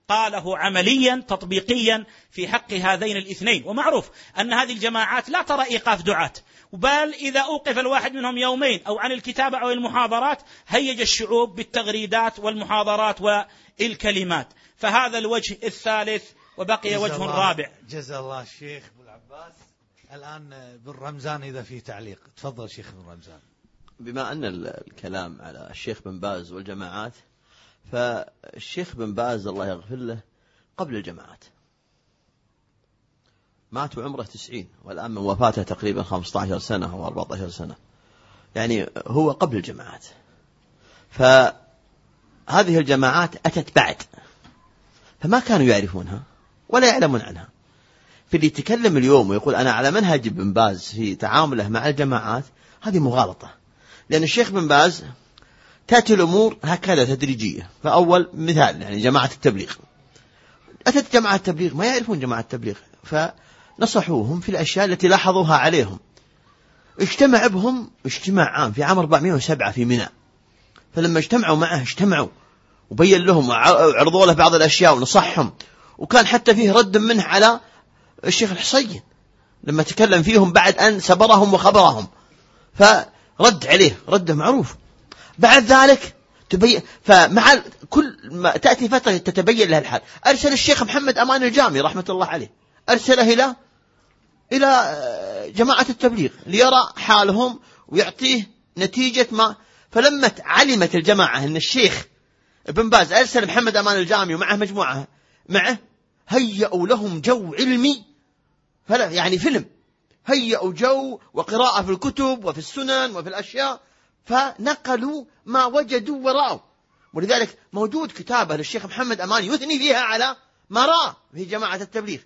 قاله عمليا تطبيقيا في حق هذين الاثنين. ومعروف أن هذه الجماعات لا ترى إيقاف دعاة، بل إذا أوقف الواحد منهم يومين أو عن الكتابة أو المحاضرات هيج الشعوب بالتغريدات والمحاضرات والكلمات. فهذا الوجه الثالث، وبقي وجه رابع. جزا الله الشيخ أبو العباس. الآن بن رمزان إذا في تعليق تفضل شيخ بن رمزان. بما أن الكلام على الشيخ بن باز والجماعات، فالشيخ بن باز الله يغفر له قبل الجماعات، مات وعمره 90، والآن من وفاته تقريبا 15 سنة أو 14 سنة، يعني هو قبل الجماعات. فهذه الجماعات أتت بعد، فما كانوا يعرفونها ولا يعلمون عنها. فاللي يتكلم اليوم ويقول أنا على منهج بن باز في تعامله مع الجماعات، هذه مغالطة. لأن الشيخ بن باز تأتي الأمور هكذا تدريجية. فأول مثال يعني جماعة التبليغ، أتت جماعة التبليغ ما يعرفون جماعة التبليغ، فنصحوهم في الأشياء التي لاحظوها عليهم. اجتمع بهم اجتماع عام في عام 407 في منى. فلما اجتمعوا معه اجتمعوا وبين لهم وعرضوا له بعض الأشياء ونصحهم، وكان حتى فيه رد منه على الشيخ الحصين لما تكلم فيهم بعد أن سبرهم وخبرهم، فرد عليه رده معروف. بعد ذلك تبين، فمع كل ما تأتي فترة تتبين له الحال، أرسل الشيخ محمد أمان الجامي رحمة الله عليه، أرسله إلى جماعة التبليغ ليرى حالهم ويعطيه نتيجة ما. فلما علمت الجماعة أن الشيخ ابن باز أرسل محمد أمان الجامي ومعه مجموعة معه، هيئوا لهم جو علمي، يعني فيلم، هيئوا جو وقراءة في الكتب وفي السنن وفي الأشياء، فنقلوا ما وجدوا ورأوا. ولذلك موجود كتابة للشيخ محمد أمان يثني فيها على ما رأى في جماعة التبليغ،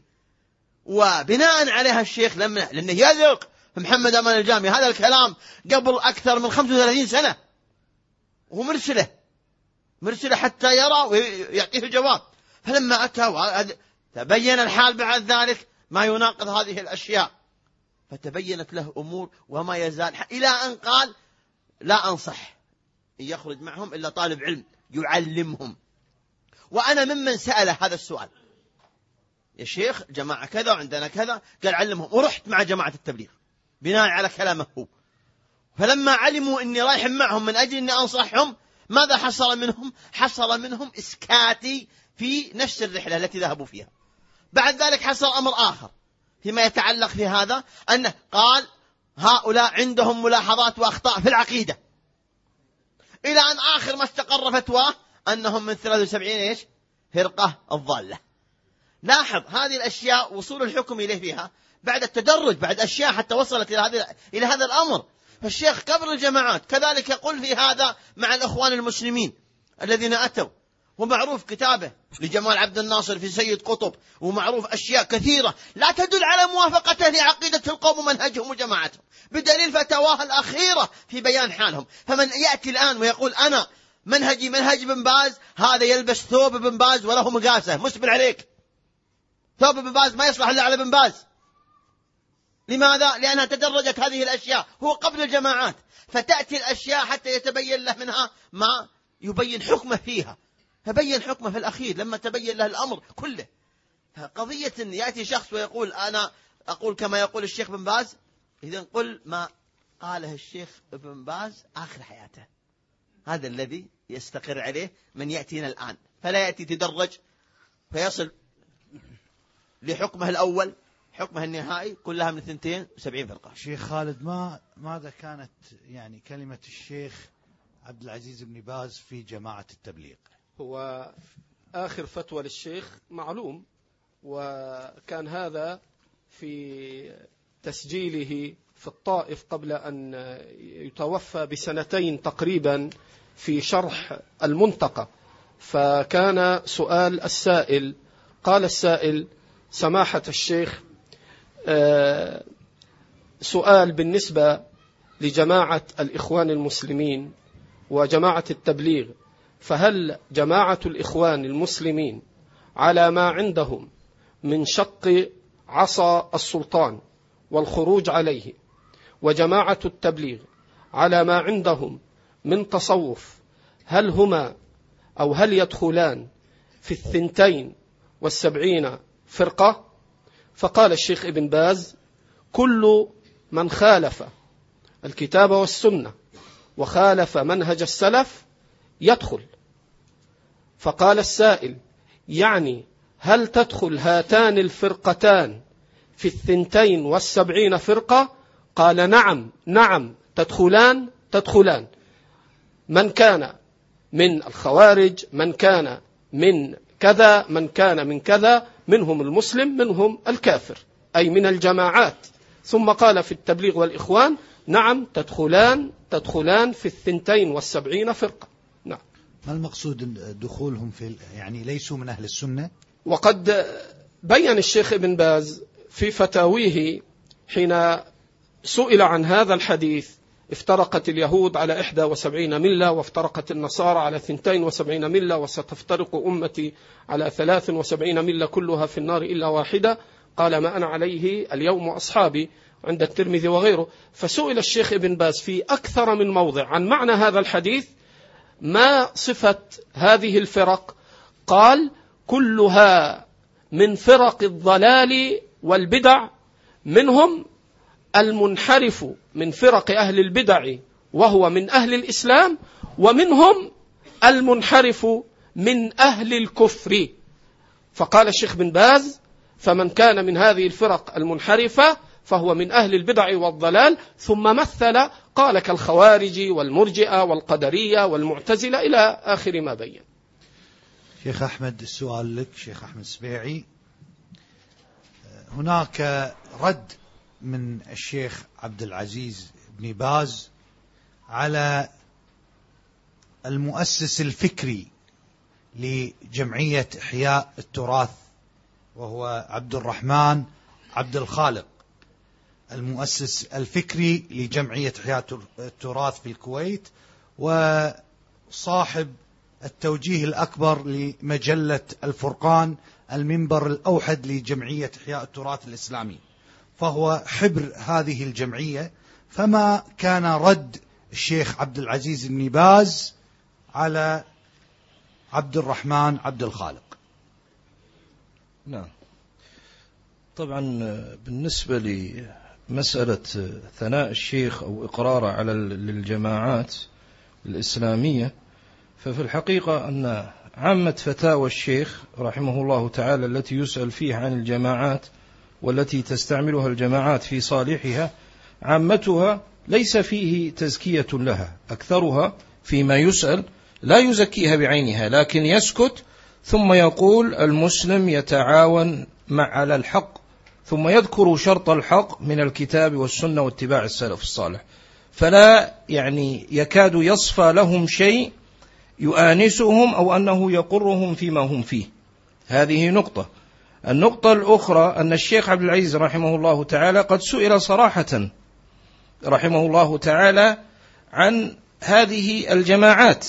وبناء عليها الشيخ لأنه يذوق محمد أمان الجامي هذا الكلام قبل أكثر من 35 سنة، وهو مرسله حتى يرى ويعطيه الجواب. فلما أتى تبين الحال بعد ذلك ما يناقض هذه الأشياء، فتبينت له أمور وما يزال إلى أن قال لا أنصح إن يخرج معهم إلا طالب علم يعلمهم. وأنا ممن سأل هذا السؤال، يا شيخ جماعة كذا وعندنا كذا، قال علمهم، ورحت مع جماعة التبليغ بناء على كلامه هو. فلما علموا أني رايح معهم من أجل أني أنصحهم، ماذا حصل منهم؟ حصل منهم إسكاتي في نفس الرحلة التي ذهبوا فيها. بعد ذلك حصل أمر آخر فيما يتعلق في هذا، أنه قال هؤلاء عندهم ملاحظات وأخطاء في العقيدة، إلى أن آخر ما استقر فتواه أنهم من 73 فرقة الضالة. لاحظ هذه الأشياء وصول الحكم إليه فيها بعد التدرج، بعد أشياء حتى وصلت إلى هذا الأمر. فالشيخ قبل الجماعات كذلك يقول في هذا مع الأخوان المسلمين الذين أتوا، ومعروف كتابه لجمال عبد الناصر في سيد قطب، ومعروف أشياء كثيرة لا تدل على موافقته لعقيدة القوم ومنهجهم وجماعتهم، بدليل فتاواه الأخيرة في بيان حالهم. فمن يأتي الآن ويقول أنا منهجي منهج بن باز، هذا يلبس ثوب بن باز وله مقاسة، مسبل عليك. ثوب بن باز ما يصلح إلا على بن باز. لماذا؟ لأنها تدرجت هذه الأشياء، هو قبل الجماعات، فتأتي الأشياء حتى يتبين له منها ما يبين حكمه فيها، فبين حكمه في الأخير لما تبين له الأمر كله. قضية أن يأتي شخص ويقول أنا أقول كما يقول الشيخ بن باز، إذن قل ما قاله الشيخ بن باز آخر حياته، هذا الذي يستقر عليه من يأتينا الآن، فلا يأتي تدرج فيصل لحكمه الأول، حكمه النهائي كلها من 72 فرقة. شيخ خالد، ماذا كانت يعني كلمة الشيخ عبد العزيز بن باز في جماعة التبليغ؟ هو آخر فتوى للشيخ معلوم، وكان هذا في تسجيله في الطائف قبل أن يتوفى بسنتين تقريبا في شرح المنتقى. فكان سؤال السائل، قال السائل سماحة الشيخ سؤال بالنسبة لجماعة الإخوان المسلمين وجماعة التبليغ، فهل جماعة الإخوان المسلمين على ما عندهم من شق عصا السلطان والخروج عليه، وجماعة التبليغ على ما عندهم من تصوف، هل هما أو هل يدخلان في 72 فرقة. فقال الشيخ ابن باز: كل من خالف الكتاب والسنة وخالف منهج السلف يدخل. فقال السائل: يعني هل تدخل هاتان الفرقتان في 72 فرقة؟ قال: نعم تدخلان. من كان من الخوارج، من كان من كذا، من كان من كذا، منهم المسلم منهم الكافر، أي من الجماعات. ثم قال في التبليغ والإخوان: نعم تدخلان في 72 فرقة. نعم. ما المقصود دخولهم يعني ليسوا من أهل السنة؟ وقد بين الشيخ ابن باز في فتاويه حين سئل عن هذا الحديث: افترقت اليهود على 71 ملة، وافترقت النصارى على 72 ملة، وستفترق أمتي على 73 ملة كلها في النار إلا واحدة. قال: ما أنا عليه اليوم وأصحابي، عند الترمذي وغيره. فسئل الشيخ ابن باز في أكثر من موضع عن معنى هذا الحديث: ما صفة هذه الفرق؟ قال: كلها من فرق الضلال والبدع، منهم المنحرف من فرق أهل البدع وهو من أهل الإسلام، ومنهم المنحرف من أهل الكفر. فقال الشيخ بن باز: فمن كان من هذه الفرق المنحرفة فهو من أهل البدع والضلال. ثم مثل، قال: كالخوارج والمرجئة والقدرية والمعتزلة إلى آخر ما بين. شيخ أحمد، السؤال لك شيخ أحمد السبيعي. هناك رد من الشيخ عبد العزيز بن باز على المؤسس الفكري لجمعية إحياء التراث، وهو عبد الرحمن عبد الخالق، المؤسس الفكري لجمعية إحياء التراث في الكويت، وصاحب التوجيه الأكبر لمجلة الفرقان، المنبر الأوحد لجمعية إحياء التراث الإسلامي، فهو حبر هذه الجمعية. فما كان رد الشيخ عبد العزيز بن باز على عبد الرحمن عبد الخالق؟ نعم، طبعا بالنسبة لمسألة ثناء الشيخ أو إقراره على الجماعات الإسلامية، ففي الحقيقة أن عامة فتاوى الشيخ رحمه الله تعالى التي يسأل فيها عن الجماعات والتي تستعملها الجماعات في صالحها، عامتها ليس فيه تزكية لها، أكثرها فيما يسأل لا يزكيها بعينها، لكن يسكت ثم يقول: المسلم يتعاون على الحق، ثم يذكر شرط الحق من الكتاب والسنة واتباع السلف الصالح، فلا يعني يكاد يصفى لهم شيء يؤانسهم أو أنه يقرهم فيما هم فيه. هذه نقطة. النقطة الأخرى أن الشيخ عبد العزيز رحمه الله تعالى قد سئل صراحة رحمه الله تعالى عن هذه الجماعات،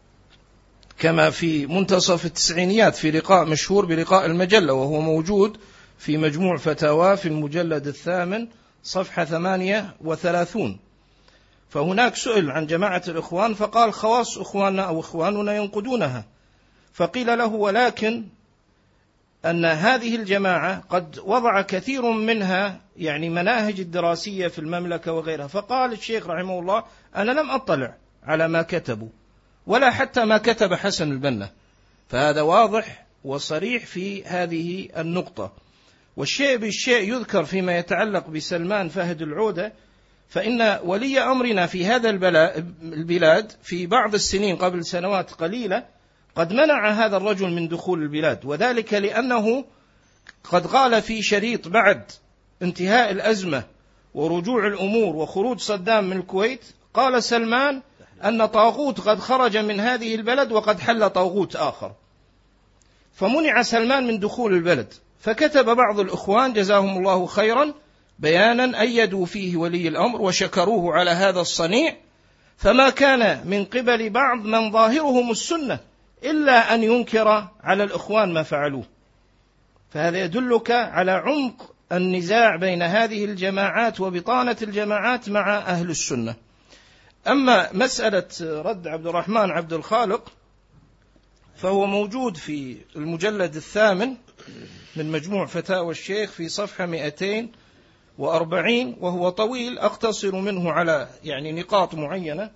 كما في منتصف التسعينيات في لقاء مشهور بلقاء المجلة، وهو موجود في مجموع فتاوى في المجلد 8 صفحة 38. فهناك سئل عن جماعة الإخوان فقال: خواص إخواننا أو إخواننا ينقدونها. فقيل له: ولكن أن هذه الجماعة قد وضع كثير منها يعني مناهج الدراسية في المملكة وغيرها. فقال الشيخ رحمه الله: أنا لم أطلع على ما كتبوا ولا حتى ما كتب حسن البنا. فهذا واضح وصريح في هذه النقطة. والشيء بالشيء يذكر فيما يتعلق بسلمان فهد العودة، فإن ولي أمرنا في هذا البلاد في بعض السنين قبل سنوات قليلة قد منع هذا الرجل من دخول البلاد، وذلك لأنه قد قال في شريط بعد انتهاء الأزمة ورجوع الأمور وخروج صدام من الكويت، قال سلمان أن طاغوت قد خرج من هذه البلد وقد حل طاغوت آخر، فمنع سلمان من دخول البلد. فكتب بعض الإخوان جزاهم الله خيرا بيانا أيدوا فيه ولي الأمر وشكروه على هذا الصنيع، فما كان من قبل بعض من ظاهرهم السنة إلا أن ينكر على الإخوان ما فعلوه. فهذا يدلك على عمق النزاع بين هذه الجماعات وبطانة الجماعات مع أهل السنة. أما مسألة رد عبد الرحمن عبد الخالق، فهو موجود في المجلد 8 من مجموع فتاوى الشيخ في صفحة 240، وهو طويل أقتصر منه على نقاط معينة.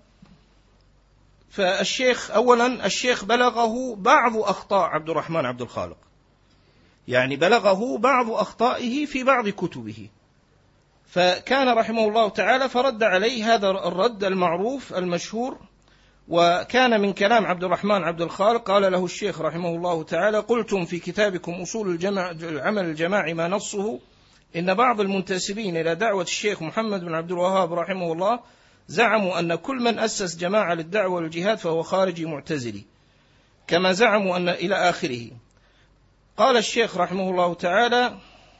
فالشيخ أولا الشيخ بلغه بعض أخطاء عبد الرحمن عبد الخالق، بلغه بعض أخطائه في بعض كتبه، فكان رحمه الله تعالى فرد عليه هذا الرد المعروف المشهور. وكان من كلام عبد الرحمن عبد الخالق قال له الشيخ رحمه الله تعالى: قلتم في كتابكم أصول العمل الجماعي ما نصه إن بعض المنتسبين إلى دعوة الشيخ محمد بن عبد الوهاب رحمه الله زعموا أن كل من أسس جماعة للدعوة والجهاد فهو خارجي معتزلي، كما زعموا أن إلى آخره. قال الشيخ رحمه الله تعالى: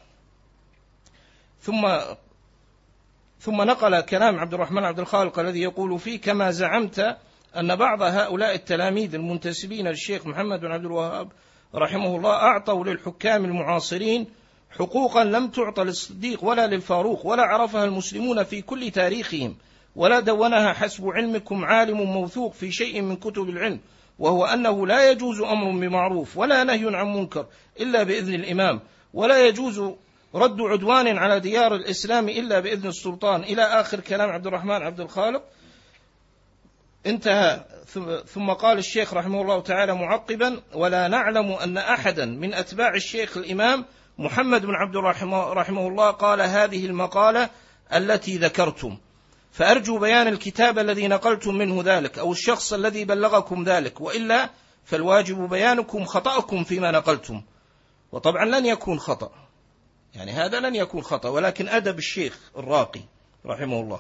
ثم نقل كلام عبد الرحمن عبد الخالق الذي يقول فيه: كما زعمت أن بعض هؤلاء التلاميذ المنتسبين للشيخ محمد بن عبد الوهاب رحمه الله أعطوا للحكام المعاصرين حقوقا لم تعطى للصديق ولا للفاروق، ولا عرفها المسلمون في كل تاريخهم، ولا دونها حسب علمكم عالم موثوق في شيء من كتب العلم، وهو أنه لا يجوز أمر بمعروف ولا نهي عن منكر إلا بإذن الإمام، ولا يجوز رد عدوان على ديار الإسلام إلا بإذن السلطان، إلى آخر كلام عبد الرحمن عبد الخالق. انتهى. ثم قال الشيخ رحمه الله تعالى معقبا: ولا نعلم أن أحدا من أتباع الشيخ الإمام محمد بن عبد الرحمن رحمه الله قال هذه المقالة التي ذكرتم، فأرجو بيان الكتاب الذي نقلتم منه ذلك أو الشخص الذي بلغكم ذلك، وإلا فالواجب بيانكم خطأكم فيما نقلتم. وطبعا لن يكون خطأ، هذا لن يكون خطأ، ولكن أدب الشيخ الراقي رحمه الله،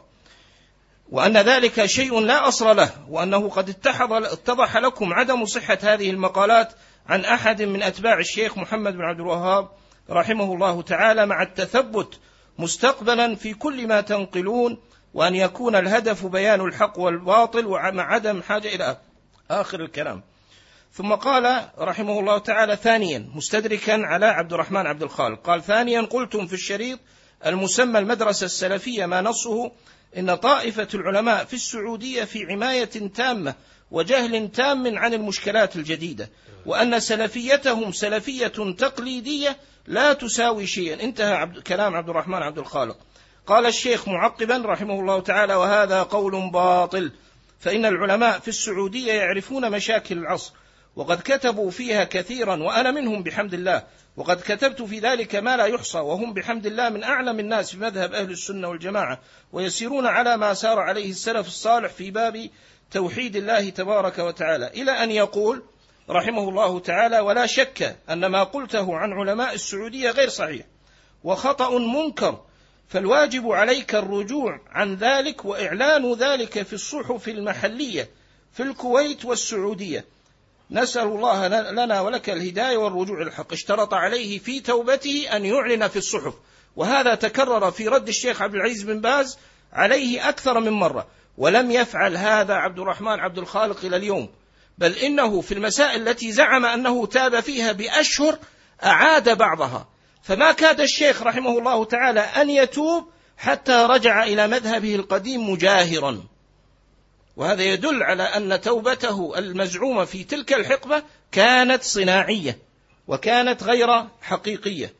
وأن ذلك شيء لا أصل له، وأنه قد اتضح لكم عدم صحة هذه المقالات عن أحد من أتباع الشيخ محمد بن عبد الوهاب رحمه الله تعالى، مع التثبت مستقبلا في كل ما تنقلون، وأن يكون الهدف بيان الحق والباطل ومع عدم حاجة إلى آخر الكلام. ثم قال رحمه الله تعالى ثانيا مستدركا على عبد الرحمن عبد الخالق، قال: ثانيا قلتم في الشريط المسمى المدرسة السلفية ما نصه إن طائفة العلماء في السعودية في عماية تامة وجهل تام عن المشكلات الجديدة، وأن سلفيتهم سلفية تقليدية لا تساوي شيئا. انتهى كلام عبد الرحمن عبد الخالق. قال الشيخ معقبا رحمه الله تعالى: وهذا قول باطل، فإن العلماء في السعودية يعرفون مشاكل العصر، وقد كتبوا فيها كثيرا، وأنا منهم بحمد الله، وقد كتبت في ذلك ما لا يحصى، وهم بحمد الله من أعلم الناس في مذهب أهل السنة والجماعة، ويسيرون على ما سار عليه السلف الصالح في باب توحيد الله تبارك وتعالى، إلى أن يقول رحمه الله تعالى: ولا شك أن ما قلته عن علماء السعودية غير صحيح وخطأ منكر، فالواجب عليك الرجوع عن ذلك وإعلان ذلك في الصحف المحلية في الكويت والسعودية. نسأل الله لنا ولك الهداية والرجوع إلى الحق. اشترط عليه في توبته أن يعلن في الصحف، وهذا تكرر في رد الشيخ عبد العزيز بن باز عليه أكثر من مرة، ولم يفعل هذا عبد الرحمن عبد الخالق إلى اليوم، بل إنه في المسائل التي زعم أنه تاب فيها بأشهر أعاد بعضها، فما كاد الشيخ رحمه الله تعالى أن يتوب حتى رجع إلى مذهبه القديم مجاهرا، وهذا يدل على أن توبته المزعومة في تلك الحقبة كانت صناعية وكانت غير حقيقية.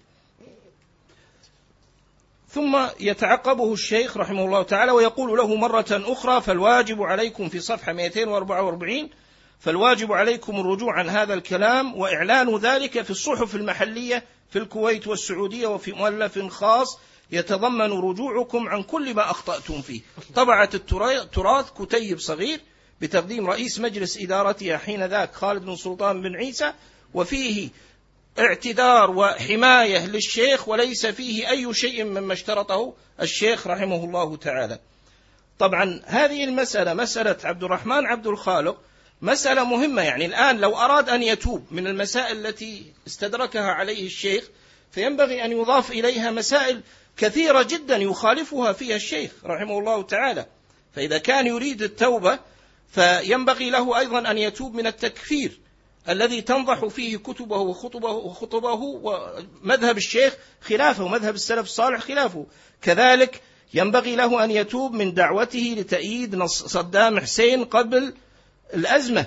ثم يتعقبه الشيخ رحمه الله تعالى ويقول له مرة أخرى: فالواجب عليكم في صفحة 244 فالواجب عليكم الرجوع عن هذا الكلام وإعلان ذلك في الصحف المحلية في الكويت والسعودية وفي مؤلف خاص يتضمن رجوعكم عن كل ما أخطأتم فيه. طبعت التراث كتيب صغير بتقديم رئيس مجلس إدارتها حين ذاك خالد بن سلطان بن عيسى، وفيه اعتذار وحماية للشيخ وليس فيه أي شيء مما اشترطه الشيخ رحمه الله تعالى. طبعا هذه المسألة مسألة عبد الرحمن عبد الخالق مسألة مهمة، يعني الآن لو أراد أن يتوب من المسائل التي استدركها عليه الشيخ فينبغي أن يضاف إليها مسائل كثيرة جدا يخالفها فيها الشيخ رحمه الله تعالى، فإذا كان يريد التوبة فينبغي له أيضا أن يتوب من التكفير الذي تنضح فيه كتبه وخطبه ومذهب الشيخ خلافه ومذهب السلف الصالح خلافه. كذلك ينبغي له أن يتوب من دعوته لتأييد صدام حسين قبل الأزمة،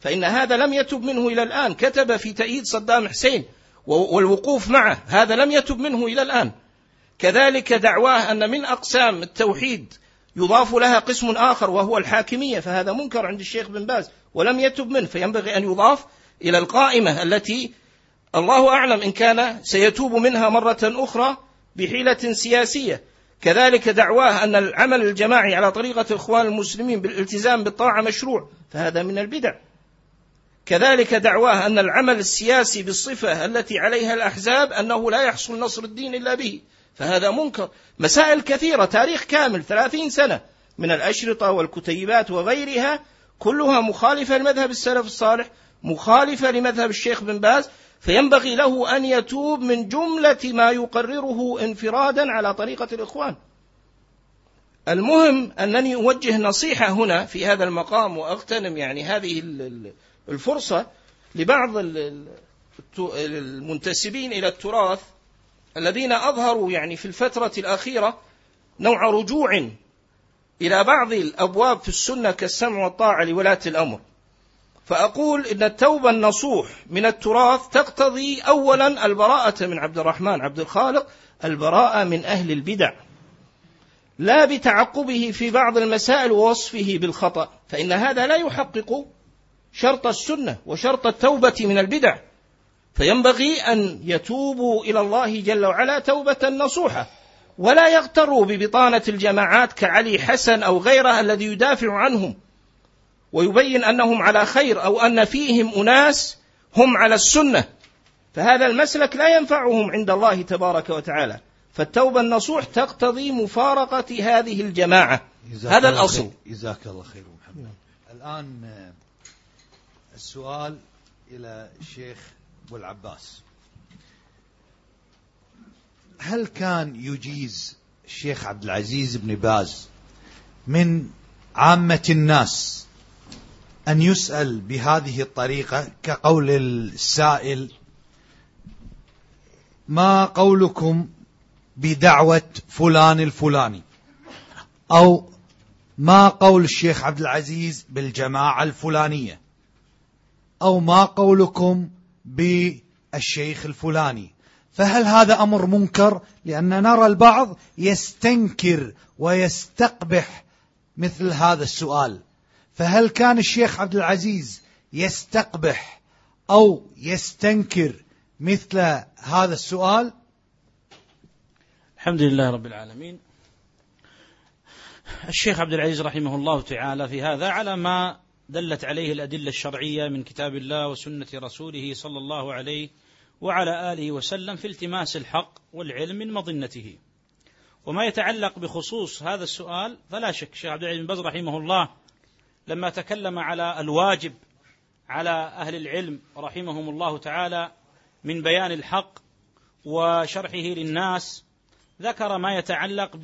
فإن هذا لم يتب منه إلى الآن، كتب في تأييد صدام حسين والوقوف معه، هذا لم يتب منه إلى الآن. كذلك دعواه أن من أقسام التوحيد يضاف لها قسم آخر وهو الحاكمية، فهذا منكر عند الشيخ بن باز ولم يتب منه، فينبغي أن يضاف إلى القائمة التي الله أعلم إن كان سيتوب منها مرة أخرى بحيلة سياسية. كذلك دعواه أن العمل الجماعي على طريقة الإخوان المسلمين بالالتزام بالطاعة مشروع، فهذا من البدع. كذلك دعواه أن العمل السياسي بالصفة التي عليها الأحزاب أنه لا يحصل نصر الدين إلا به، فهذا منكر. مسائل كثيرة، تاريخ كامل 30 سنة من الأشرطة والكتيبات وغيرها كلها مخالفة لمذهب السلف الصالح، مخالفة لمذهب الشيخ بن باز، فينبغي له أن يتوب من جملة ما يقرره انفرادا على طريقة الإخوان. المهم أنني أوجه نصيحة هنا في هذا المقام، وأغتنم يعني هذه الفرصة لبعض المنتسبين إلى التراث الذين أظهروا يعني في الفترة الأخيرة نوع رجوع إلى بعض الأبواب في السنة كالسمع والطاعة لولاة الأمر. فأقول إن التوبة النصوح من التراث تقتضي أولا البراءة من عبد الرحمن عبد الخالق، البراءة من أهل البدع، لا بتعقبه في بعض المسائل ووصفه بالخطأ، فإن هذا لا يحقق شرط السنة وشرط التوبة من البدع. فينبغي أن يتوبوا إلى الله جل وعلا توبة نصوحة، ولا يغتروا ببطانة الجماعات كعلي حسن أو غيره الذي يدافع عنهم ويبين أنهم على خير أو أن فيهم أناس هم على السنة، فهذا المسلك لا ينفعهم عند الله تبارك وتعالى. فالتوبة النصوح تقتضي مفارقة هذه الجماعة، هذا الأصل. جزاك الله خير محمد. الآن السؤال إلى الشيخ أبو العباس، هل كان يجيز الشيخ عبد العزيز بن باز من عامة الناس أن يسأل بهذه الطريقة كقول السائل: ما قولكم بدعوة فلان الفلاني، أو ما قول الشيخ عبد العزيز بالجماعة الفلانية، أو ما قولكم بالشيخ الفلاني؟ فهل هذا أمر منكر؟ لأن نرى البعض يستنكر ويستقبح مثل هذا السؤال، فهل كان الشيخ عبد العزيز يستقبح أو يستنكر مثل هذا السؤال؟ الحمد لله رب العالمين. الشيخ عبد العزيز رحمه الله تعالى في هذا على ما دلت عليه الأدلة الشرعية من كتاب الله وسنة رسوله صلى الله عليه وعلى آله وسلم في التماس الحق والعلم من مظنته. وما يتعلق بخصوص هذا السؤال فلا شك الشيخ عبد العزيز بن باز رحمه الله لما تكلم على الواجب على أهل العلم رحمهم الله تعالى من بيان الحق وشرحه للناس، ذكر ما يتعلق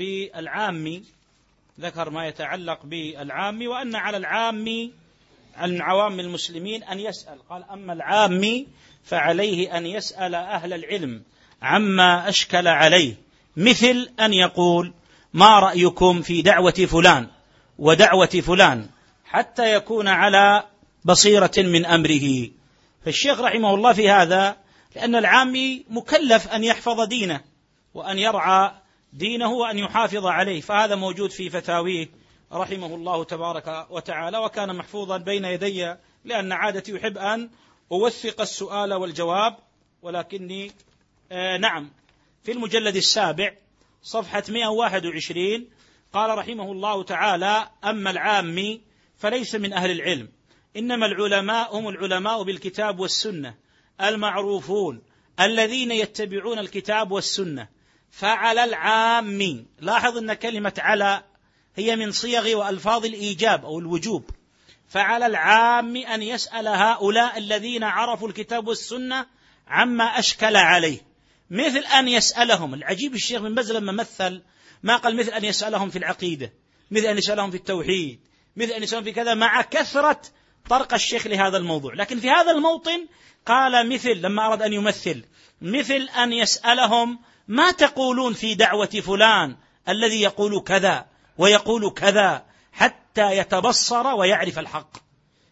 بالعام، وأن على العام عن عوام المسلمين أن يسأل. قال: أما العام فعليه أن يسأل أهل العلم عما أشكل عليه، مثل أن يقول: ما رأيكم في دعوة فلان ودعوة فلان، حتى يكون على بصيرة من أمره. فالشيخ رحمه الله في هذا، لأن العامي مكلف أن يحفظ دينه وأن يرعى دينه وأن يحافظ عليه، فهذا موجود في فتاويه رحمه الله تبارك وتعالى، وكان محفوظا بين يدي، لأن عادتي يحب أن أوثق السؤال والجواب، ولكني نعم في المجلد 7 صفحة 121 قال رحمه الله تعالى: أما العامي فليس من أهل العلم، إنما العلماء هم العلماء بالكتاب والسنة المعروفون الذين يتبعون الكتاب والسنة، فعلى العام. لاحظ أن كلمة على هي من صيغ وألفاظ الإيجاب أو الوجوب، فعلى العام أن يسأل هؤلاء الذين عرفوا الكتاب والسنة عما أشكل عليه، مثل أن يسألهم. العجيب الشيخ بن باز لما مثل ما قال مثل أن يسألهم في العقيدة، مثل أن يسألهم في التوحيد، مثل أن يسألهم في كذا، مع كثرة طرق الشيخ لهذا الموضوع. لكن في هذا الموطن قال مثل، لما أراد أن يمثل، مثل أن يسألهم: ما تقولون في دعوة فلان الذي يقول كذا ويقول كذا، حتى يتبصر ويعرف الحق.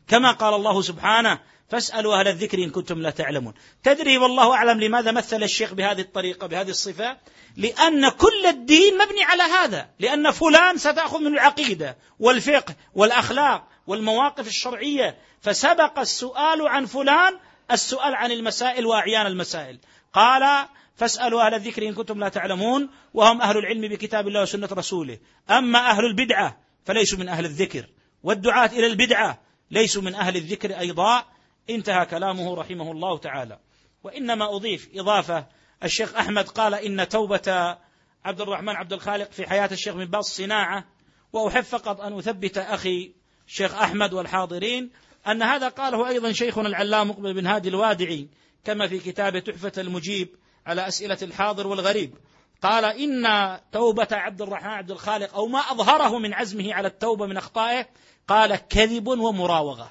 كما قال الله سبحانه فاسألوا أهل الذكر إن كنتم لا تعلمون. تدري والله أعلم لماذا مثل الشيخ بهذه الطريقة بهذه الصفة؟ لأن كل الدين مبني على هذا، لأن فلان ستأخذ من العقيدة والفقه والأخلاق والمواقف الشرعية، فسبق السؤال عن فلان السؤال عن المسائل وأعيان المسائل. قال فاسألوا أهل الذكر إن كنتم لا تعلمون وهم أهل العلم بكتاب الله وسنة رسوله. أما أهل البدعة فليسوا من أهل الذكر، والدعاة إلى البدعة ليسوا من أهل الذكر أيضا. انتهى كلامه رحمه الله تعالى. وإنما أضيف إضافة، الشيخ أحمد قال إن توبة عبد الرحمن عبد الخالق في حياة الشيخ بن باز صناعة، وأحب فقط أن أثبت أخي الشيخ أحمد والحاضرين أن هذا قاله أيضا شيخنا العلامة مقبل بن هادي الوادعي كما في كتاب تحفة المجيب على أسئلة الحاضر والغريب. قال إن توبة عبد الرحمن عبد الخالق أو ما أظهره من عزمه على التوبة من أخطائه قال كذب ومراوغة.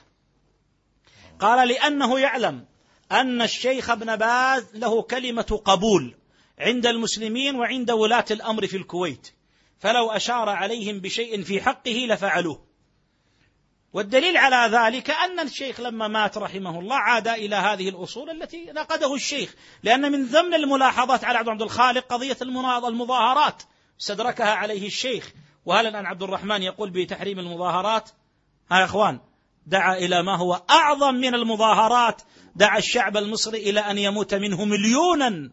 قال لأنه يعلم أن الشيخ ابن باز له كلمة قبول عند المسلمين وعند ولاة الأمر في الكويت، فلو أشار عليهم بشيء في حقه لفعلوه. والدليل على ذلك أن الشيخ لما مات رحمه الله عاد إلى هذه الأصول التي نقده الشيخ، لأن من ضمن الملاحظات على عبد الخالق قضية المظاهرات استدركها عليه الشيخ. وهل الآن عبد الرحمن يقول بتحريم المظاهرات؟ ها يا أخوان، دعا إلى ما هو أعظم من المظاهرات، دعا الشعب المصري إلى أن يموت منه مليونا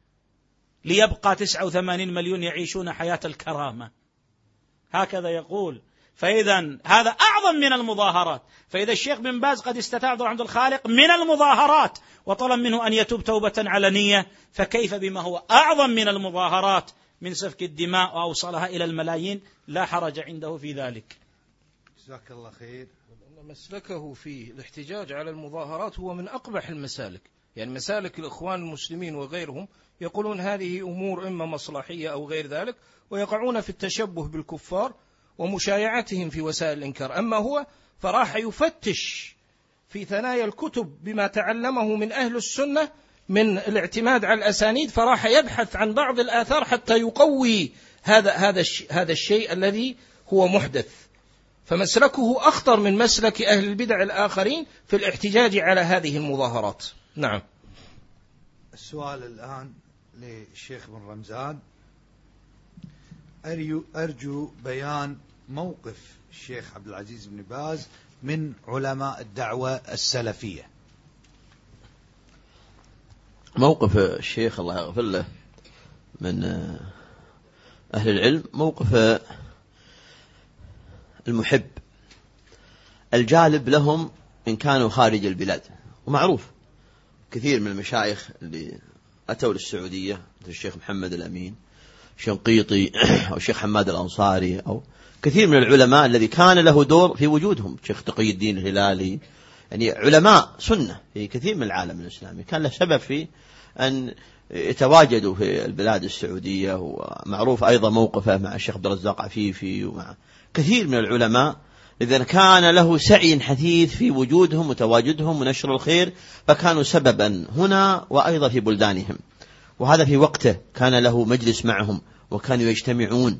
ليبقى 89 مليون يعيشون حياة الكرامة، هكذا يقول. فإذا هذا أعظم من المظاهرات. فإذا الشيخ بن باز قد استتاب عبد الخالق من المظاهرات وطلب منه أن يتوب توبة علنية، فكيف بما هو أعظم من المظاهرات من سفك الدماء وأوصلها إلى الملايين؟ لا حرج عنده في ذلك. جزاك الله خير. مسلكه في الاحتجاج على المظاهرات هو من أقبح المسالك، يعني مسالك الإخوان المسلمين وغيرهم يقولون هذه أمور إما مصلحية أو غير ذلك، ويقعون في التشبه بالكفار ومشايعتهم في وسائل الإنكار. أما هو فراح يفتش في ثنايا الكتب بما تعلمه من أهل السنة من الاعتماد على الأسانيد، فراح يبحث عن بعض الآثار حتى يقوي هذا الشيء الذي هو محدث. فمسلكه أخطر من مسلك أهل البدع الآخرين في الاحتجاج على هذه المظاهرات. نعم. السؤال الآن للشيخ بن رمزان، أرجو بيان موقف الشيخ عبد العزيز بن باز من علماء الدعوة السلفية. موقف الشيخ الله يغفر له من أهل العلم موقف المحب الجالب لهم إن كانوا خارج البلاد. ومعروف كثير من المشايخ اللي أتوا للسعودية مثل الشيخ محمد الأمين شنقيطي أو الشيخ حماد الأنصاري أو كثير من العلماء الذي كان له دور في وجودهم، الشيخ تقي الدين الهلالي، يعني علماء سنة في كثير من العالم الإسلامي كان له سبب في أن يتواجدوا في البلاد السعودية. ومعروف أيضا موقفه مع الشيخ عبد الرزاق عفيفي ومع كثير من العلماء، إذا كان له سعي حثيث في وجودهم وتواجدهم ونشر الخير، فكانوا سببا هنا وأيضا في بلدانهم. وهذا في وقته كان له مجلس معهم وكانوا يجتمعون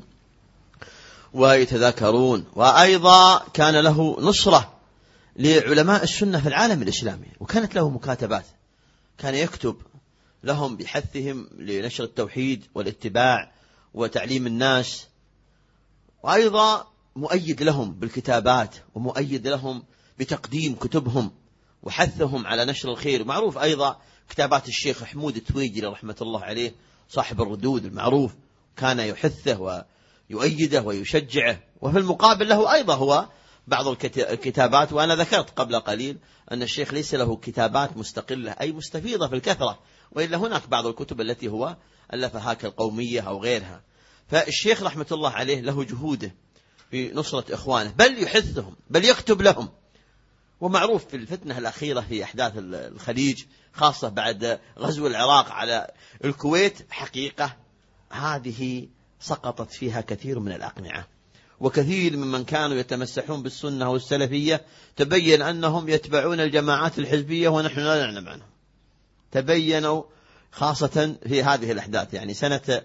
ويتذاكرون، وأيضا كان له نصرة لعلماء السنة في العالم الإسلامي، وكانت له مكاتبات كان يكتب لهم بحثهم لنشر التوحيد والاتباع وتعليم الناس، وأيضا مؤيد لهم بالكتابات ومؤيد لهم بتقديم كتبهم وحثهم على نشر الخير. معروف أيضا كتابات الشيخ حمود التويجري رحمة الله عليه صاحب الردود المعروف، كان يحثه ويؤيده ويشجعه. وفي المقابل له أيضا هو بعض الكتابات، وأنا ذكرت قبل قليل أن الشيخ ليس له كتابات مستقلة أي مستفيضة في الكثرة، وإلا هناك بعض الكتب التي هو ألفها كالقومية أو غيرها. فالشيخ رحمة الله عليه له جهوده في نصرة إخوانه، بل يحثهم بل يكتب لهم. ومعروف في الفتنة الأخيرة في أحداث الخليج خاصة بعد غزو العراق على الكويت، حقيقة هذه سقطت فيها كثير من الأقنعة، وكثير ممن كانوا يتمسحون بالسنة والسلفية تبين أنهم يتبعون الجماعات الحزبية ونحن لا نعلم عنهم. تبينوا خاصة في هذه الأحداث، يعني سنة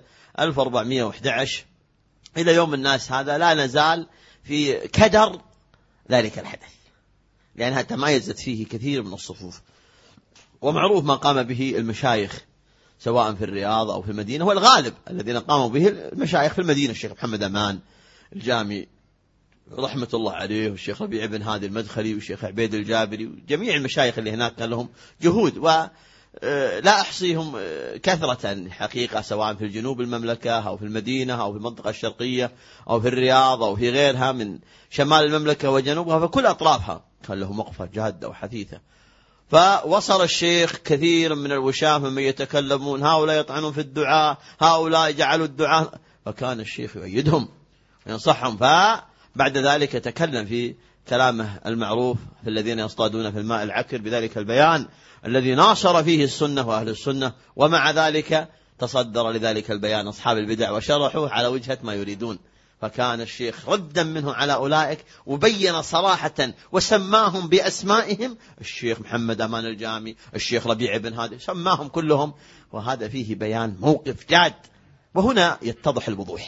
1411 إلى يوم الناس هذا لا نزال في كدر ذلك الحدث. لأنها تمايزت فيه كثير من الصفوف. ومعروف ما قام به المشايخ سواء في الرياض أو في المدينة، والغالب الذين قاموا به المشايخ في المدينة، الشيخ محمد أمان الجامي رحمة الله عليه، والشيخ ربيع بن هادي المدخلي، والشيخ عبيد الجابري، وجميع المشايخ اللي هناك كان لهم جهود، ولا أحصيهم كثرة حقيقة، سواء في الجنوب المملكة أو في المدينة أو في المنطقة الشرقية أو في الرياض أو في غيرها من شمال المملكة وجنوبها، فكل أطرافها كان له وقفة جادة وحثيثة. فوصل الشيخ كثير من الوشاة ممن يتكلمون هؤلاء يطعنون في الدعاء، هؤلاء جعلوا الدعاء، فكان الشيخ يؤيدهم وينصحهم. فبعد ذلك يتكلم في كلامه المعروف في الذين يصطادون في الماء العكر بذلك البيان الذي ناصر فيه السنة وأهل السنة، ومع ذلك تصدر لذلك البيان أصحاب البدع وشرحوه على وجهة ما يريدون. فكان الشيخ ردا منه على أولئك، وبين صراحة وسماهم بأسمائهم، الشيخ محمد أمان الجامي، الشيخ ربيع بن هادي، سماهم كلهم، وهذا فيه بيان موقف جاد. وهنا يتضح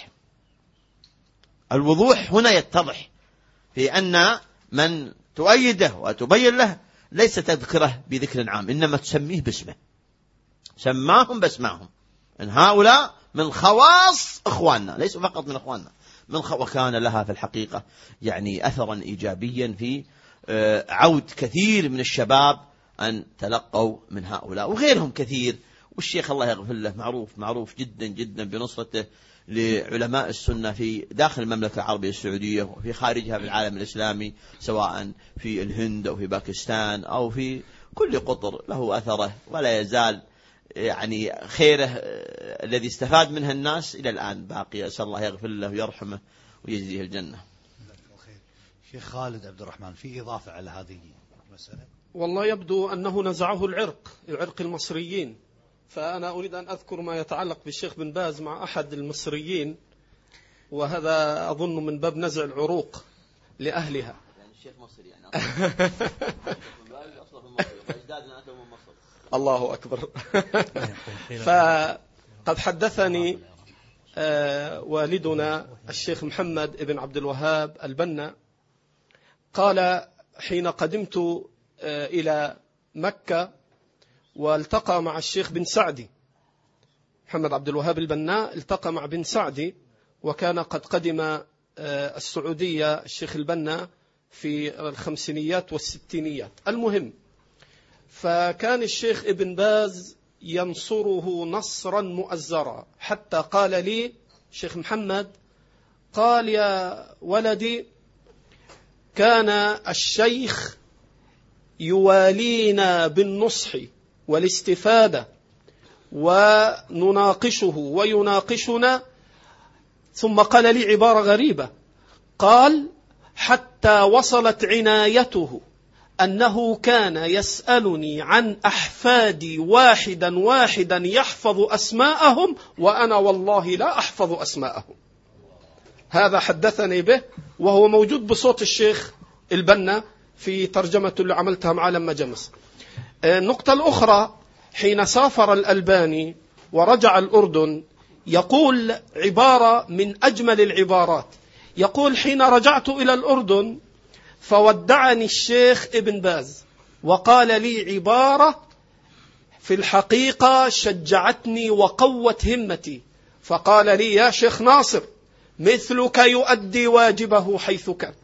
الوضوح هنا يتضح في أن من تؤيده وتبين له ليس تذكره بذكر عام، إنما تسميه باسمه، سماهم باسمائهم، أن هؤلاء من خواص إخواننا، ليسوا فقط من إخواننا، وكان لها في الحقيقة يعني أثرا إيجابيا في عود كثير من الشباب أن تلقوا من هؤلاء وغيرهم كثير. والشيخ الله يغفر له معروف جدا جدا بنصرته لعلماء السنة في داخل المملكة العربية السعودية وفي خارجها في العالم الإسلامي، سواء في الهند أو في باكستان أو في كل قطر، له أثره ولا يزال يعني خيره الذي استفاد منها الناس إلى الآن باقي. أسأل الله يغفر له ويرحمه ويجزيه الجنة. شيخ خالد عبد الرحمن، في إضافة على هذه المسألة؟ والله يبدو أنه نزعه العرق المصريين، فأنا أريد أن أذكر ما يتعلق بالشيخ بن باز مع أحد المصريين، وهذا أظن من باب نزع العروق لأهلها. يعني الشيخ مصري يعني الله أكبر. فقد حدثني والدنا الشيخ محمد بن عبد الوهاب البنا قال حين قدمت إلى مكة والتقى مع الشيخ بن سعدي، محمد عبد الوهاب البنا التقى مع بن سعدي، وكان قد قدم السعودية الشيخ البنا في الخمسينيات والستينيات. المهم، فكان الشيخ ابن باز ينصره نصرا مؤزرا، حتى قال لي الشيخ محمد، قال يا ولدي كان الشيخ يوالينا بالنصح والاستفادة ونناقشه ويناقشنا، ثم قال لي عبارة غريبة، قال حتى وصلت عنايته أنه كان يسألني عن أحفادي واحدا واحدا يحفظ أسماءهم، وأنا والله لا أحفظ أسماءهم. هذا حدثني به، وهو موجود بصوت الشيخ البنا في ترجمة اللي عملتها مع لما جمس. النقطة الأخرى، حين سافر الألباني ورجع الأردن يقول عبارة من أجمل العبارات، يقول حين رجعت إلى الأردن فودعني الشيخ ابن باز وقال لي عبارة في الحقيقة شجعتني وقوت همتي، فقال لي يا شيخ ناصر مثلك يؤدي واجبه حيث كان،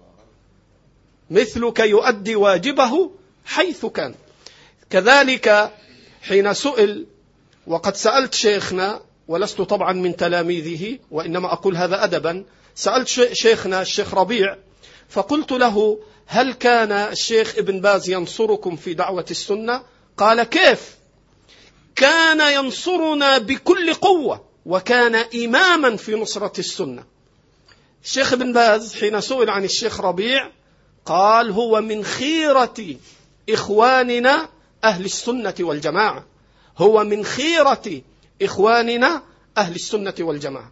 مثلك يؤدي واجبه حيث كان. كذلك حين سئل، وقد سألت شيخنا ولست طبعا من تلاميذه وإنما أقول هذا أدبا، سألت شيخنا الشيخ ربيع فقلت له هل كان الشيخ ابن باز ينصركم في دعوة السنة؟ قال كيف؟ كان ينصرنا بكل قوة، وكان إماما في نصرة السنة. الشيخ ابن باز حين سئل عن الشيخ ربيع قال هو من خيرة إخواننا أهل السنة والجماعة، هو من خيرة إخواننا أهل السنة والجماعة.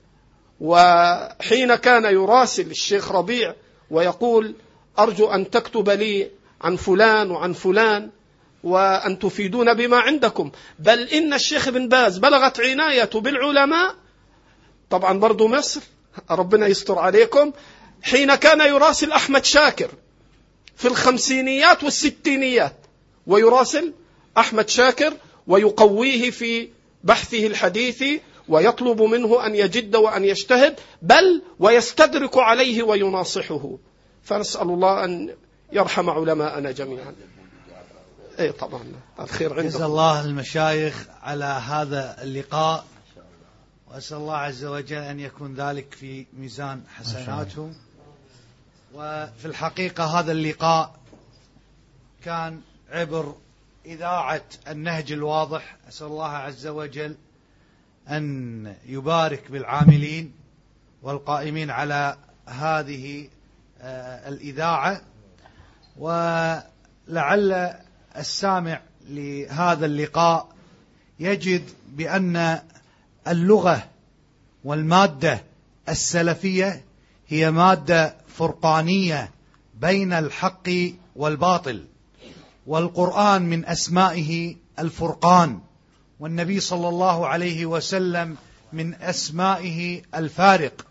وحين كان يراسل الشيخ ربيع ويقول أرجو أن تكتب لي عن فلان وعن فلان وأن تفيدون بما عندكم، بل إن الشيخ ابن باز بلغت عنايته بالعلماء، طبعا برضو مصر ربنا يستر عليكم، حين كان يراسل أحمد شاكر في الخمسينيات والستينيات ويراسل أحمد شاكر ويقويه في بحثه الحديثي ويطلب منه أن يجد وأن يجتهد، بل ويستدرك عليه ويناصحه. فنسأل الله أن يرحم علماءنا جميعا. اي طبعا الخير عندكم. جزا الله المشايخ على هذا اللقاء، وأسأل الله عز وجل أن يكون ذلك في ميزان حسناتهم. وفي الحقيقة هذا اللقاء كان عبر إذاعة النهج الواضح. أسأل الله عز وجل أن يبارك بالعاملين والقائمين على هذه الإذاعة. ولعل السامع لهذا اللقاء يجد بأن اللغة والمادة السلفية هي مادة فرقانية بين الحق والباطل، والقرآن من أسمائه الفرقان، والنبي صلى الله عليه وسلم من أسمائه الفارق.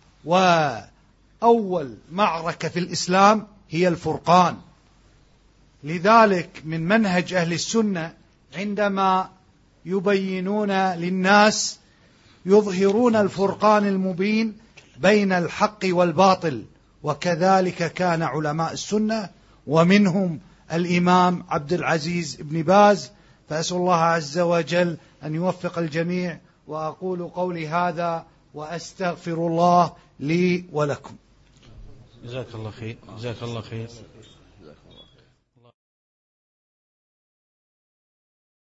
وأول معركة في الإسلام هي الفرقان. لذلك من منهج أهل السنة عندما يبينون للناس يظهرون الفرقان المبين بين الحق والباطل. وكذلك كان علماء السنة، ومنهم الإمام عبد العزيز بن باز. فأسأل الله عز وجل أن يوفق الجميع. وأقول قولي هذا وأستغفر الله لي ولكم. جزاك الله خير. جزاك الله خير.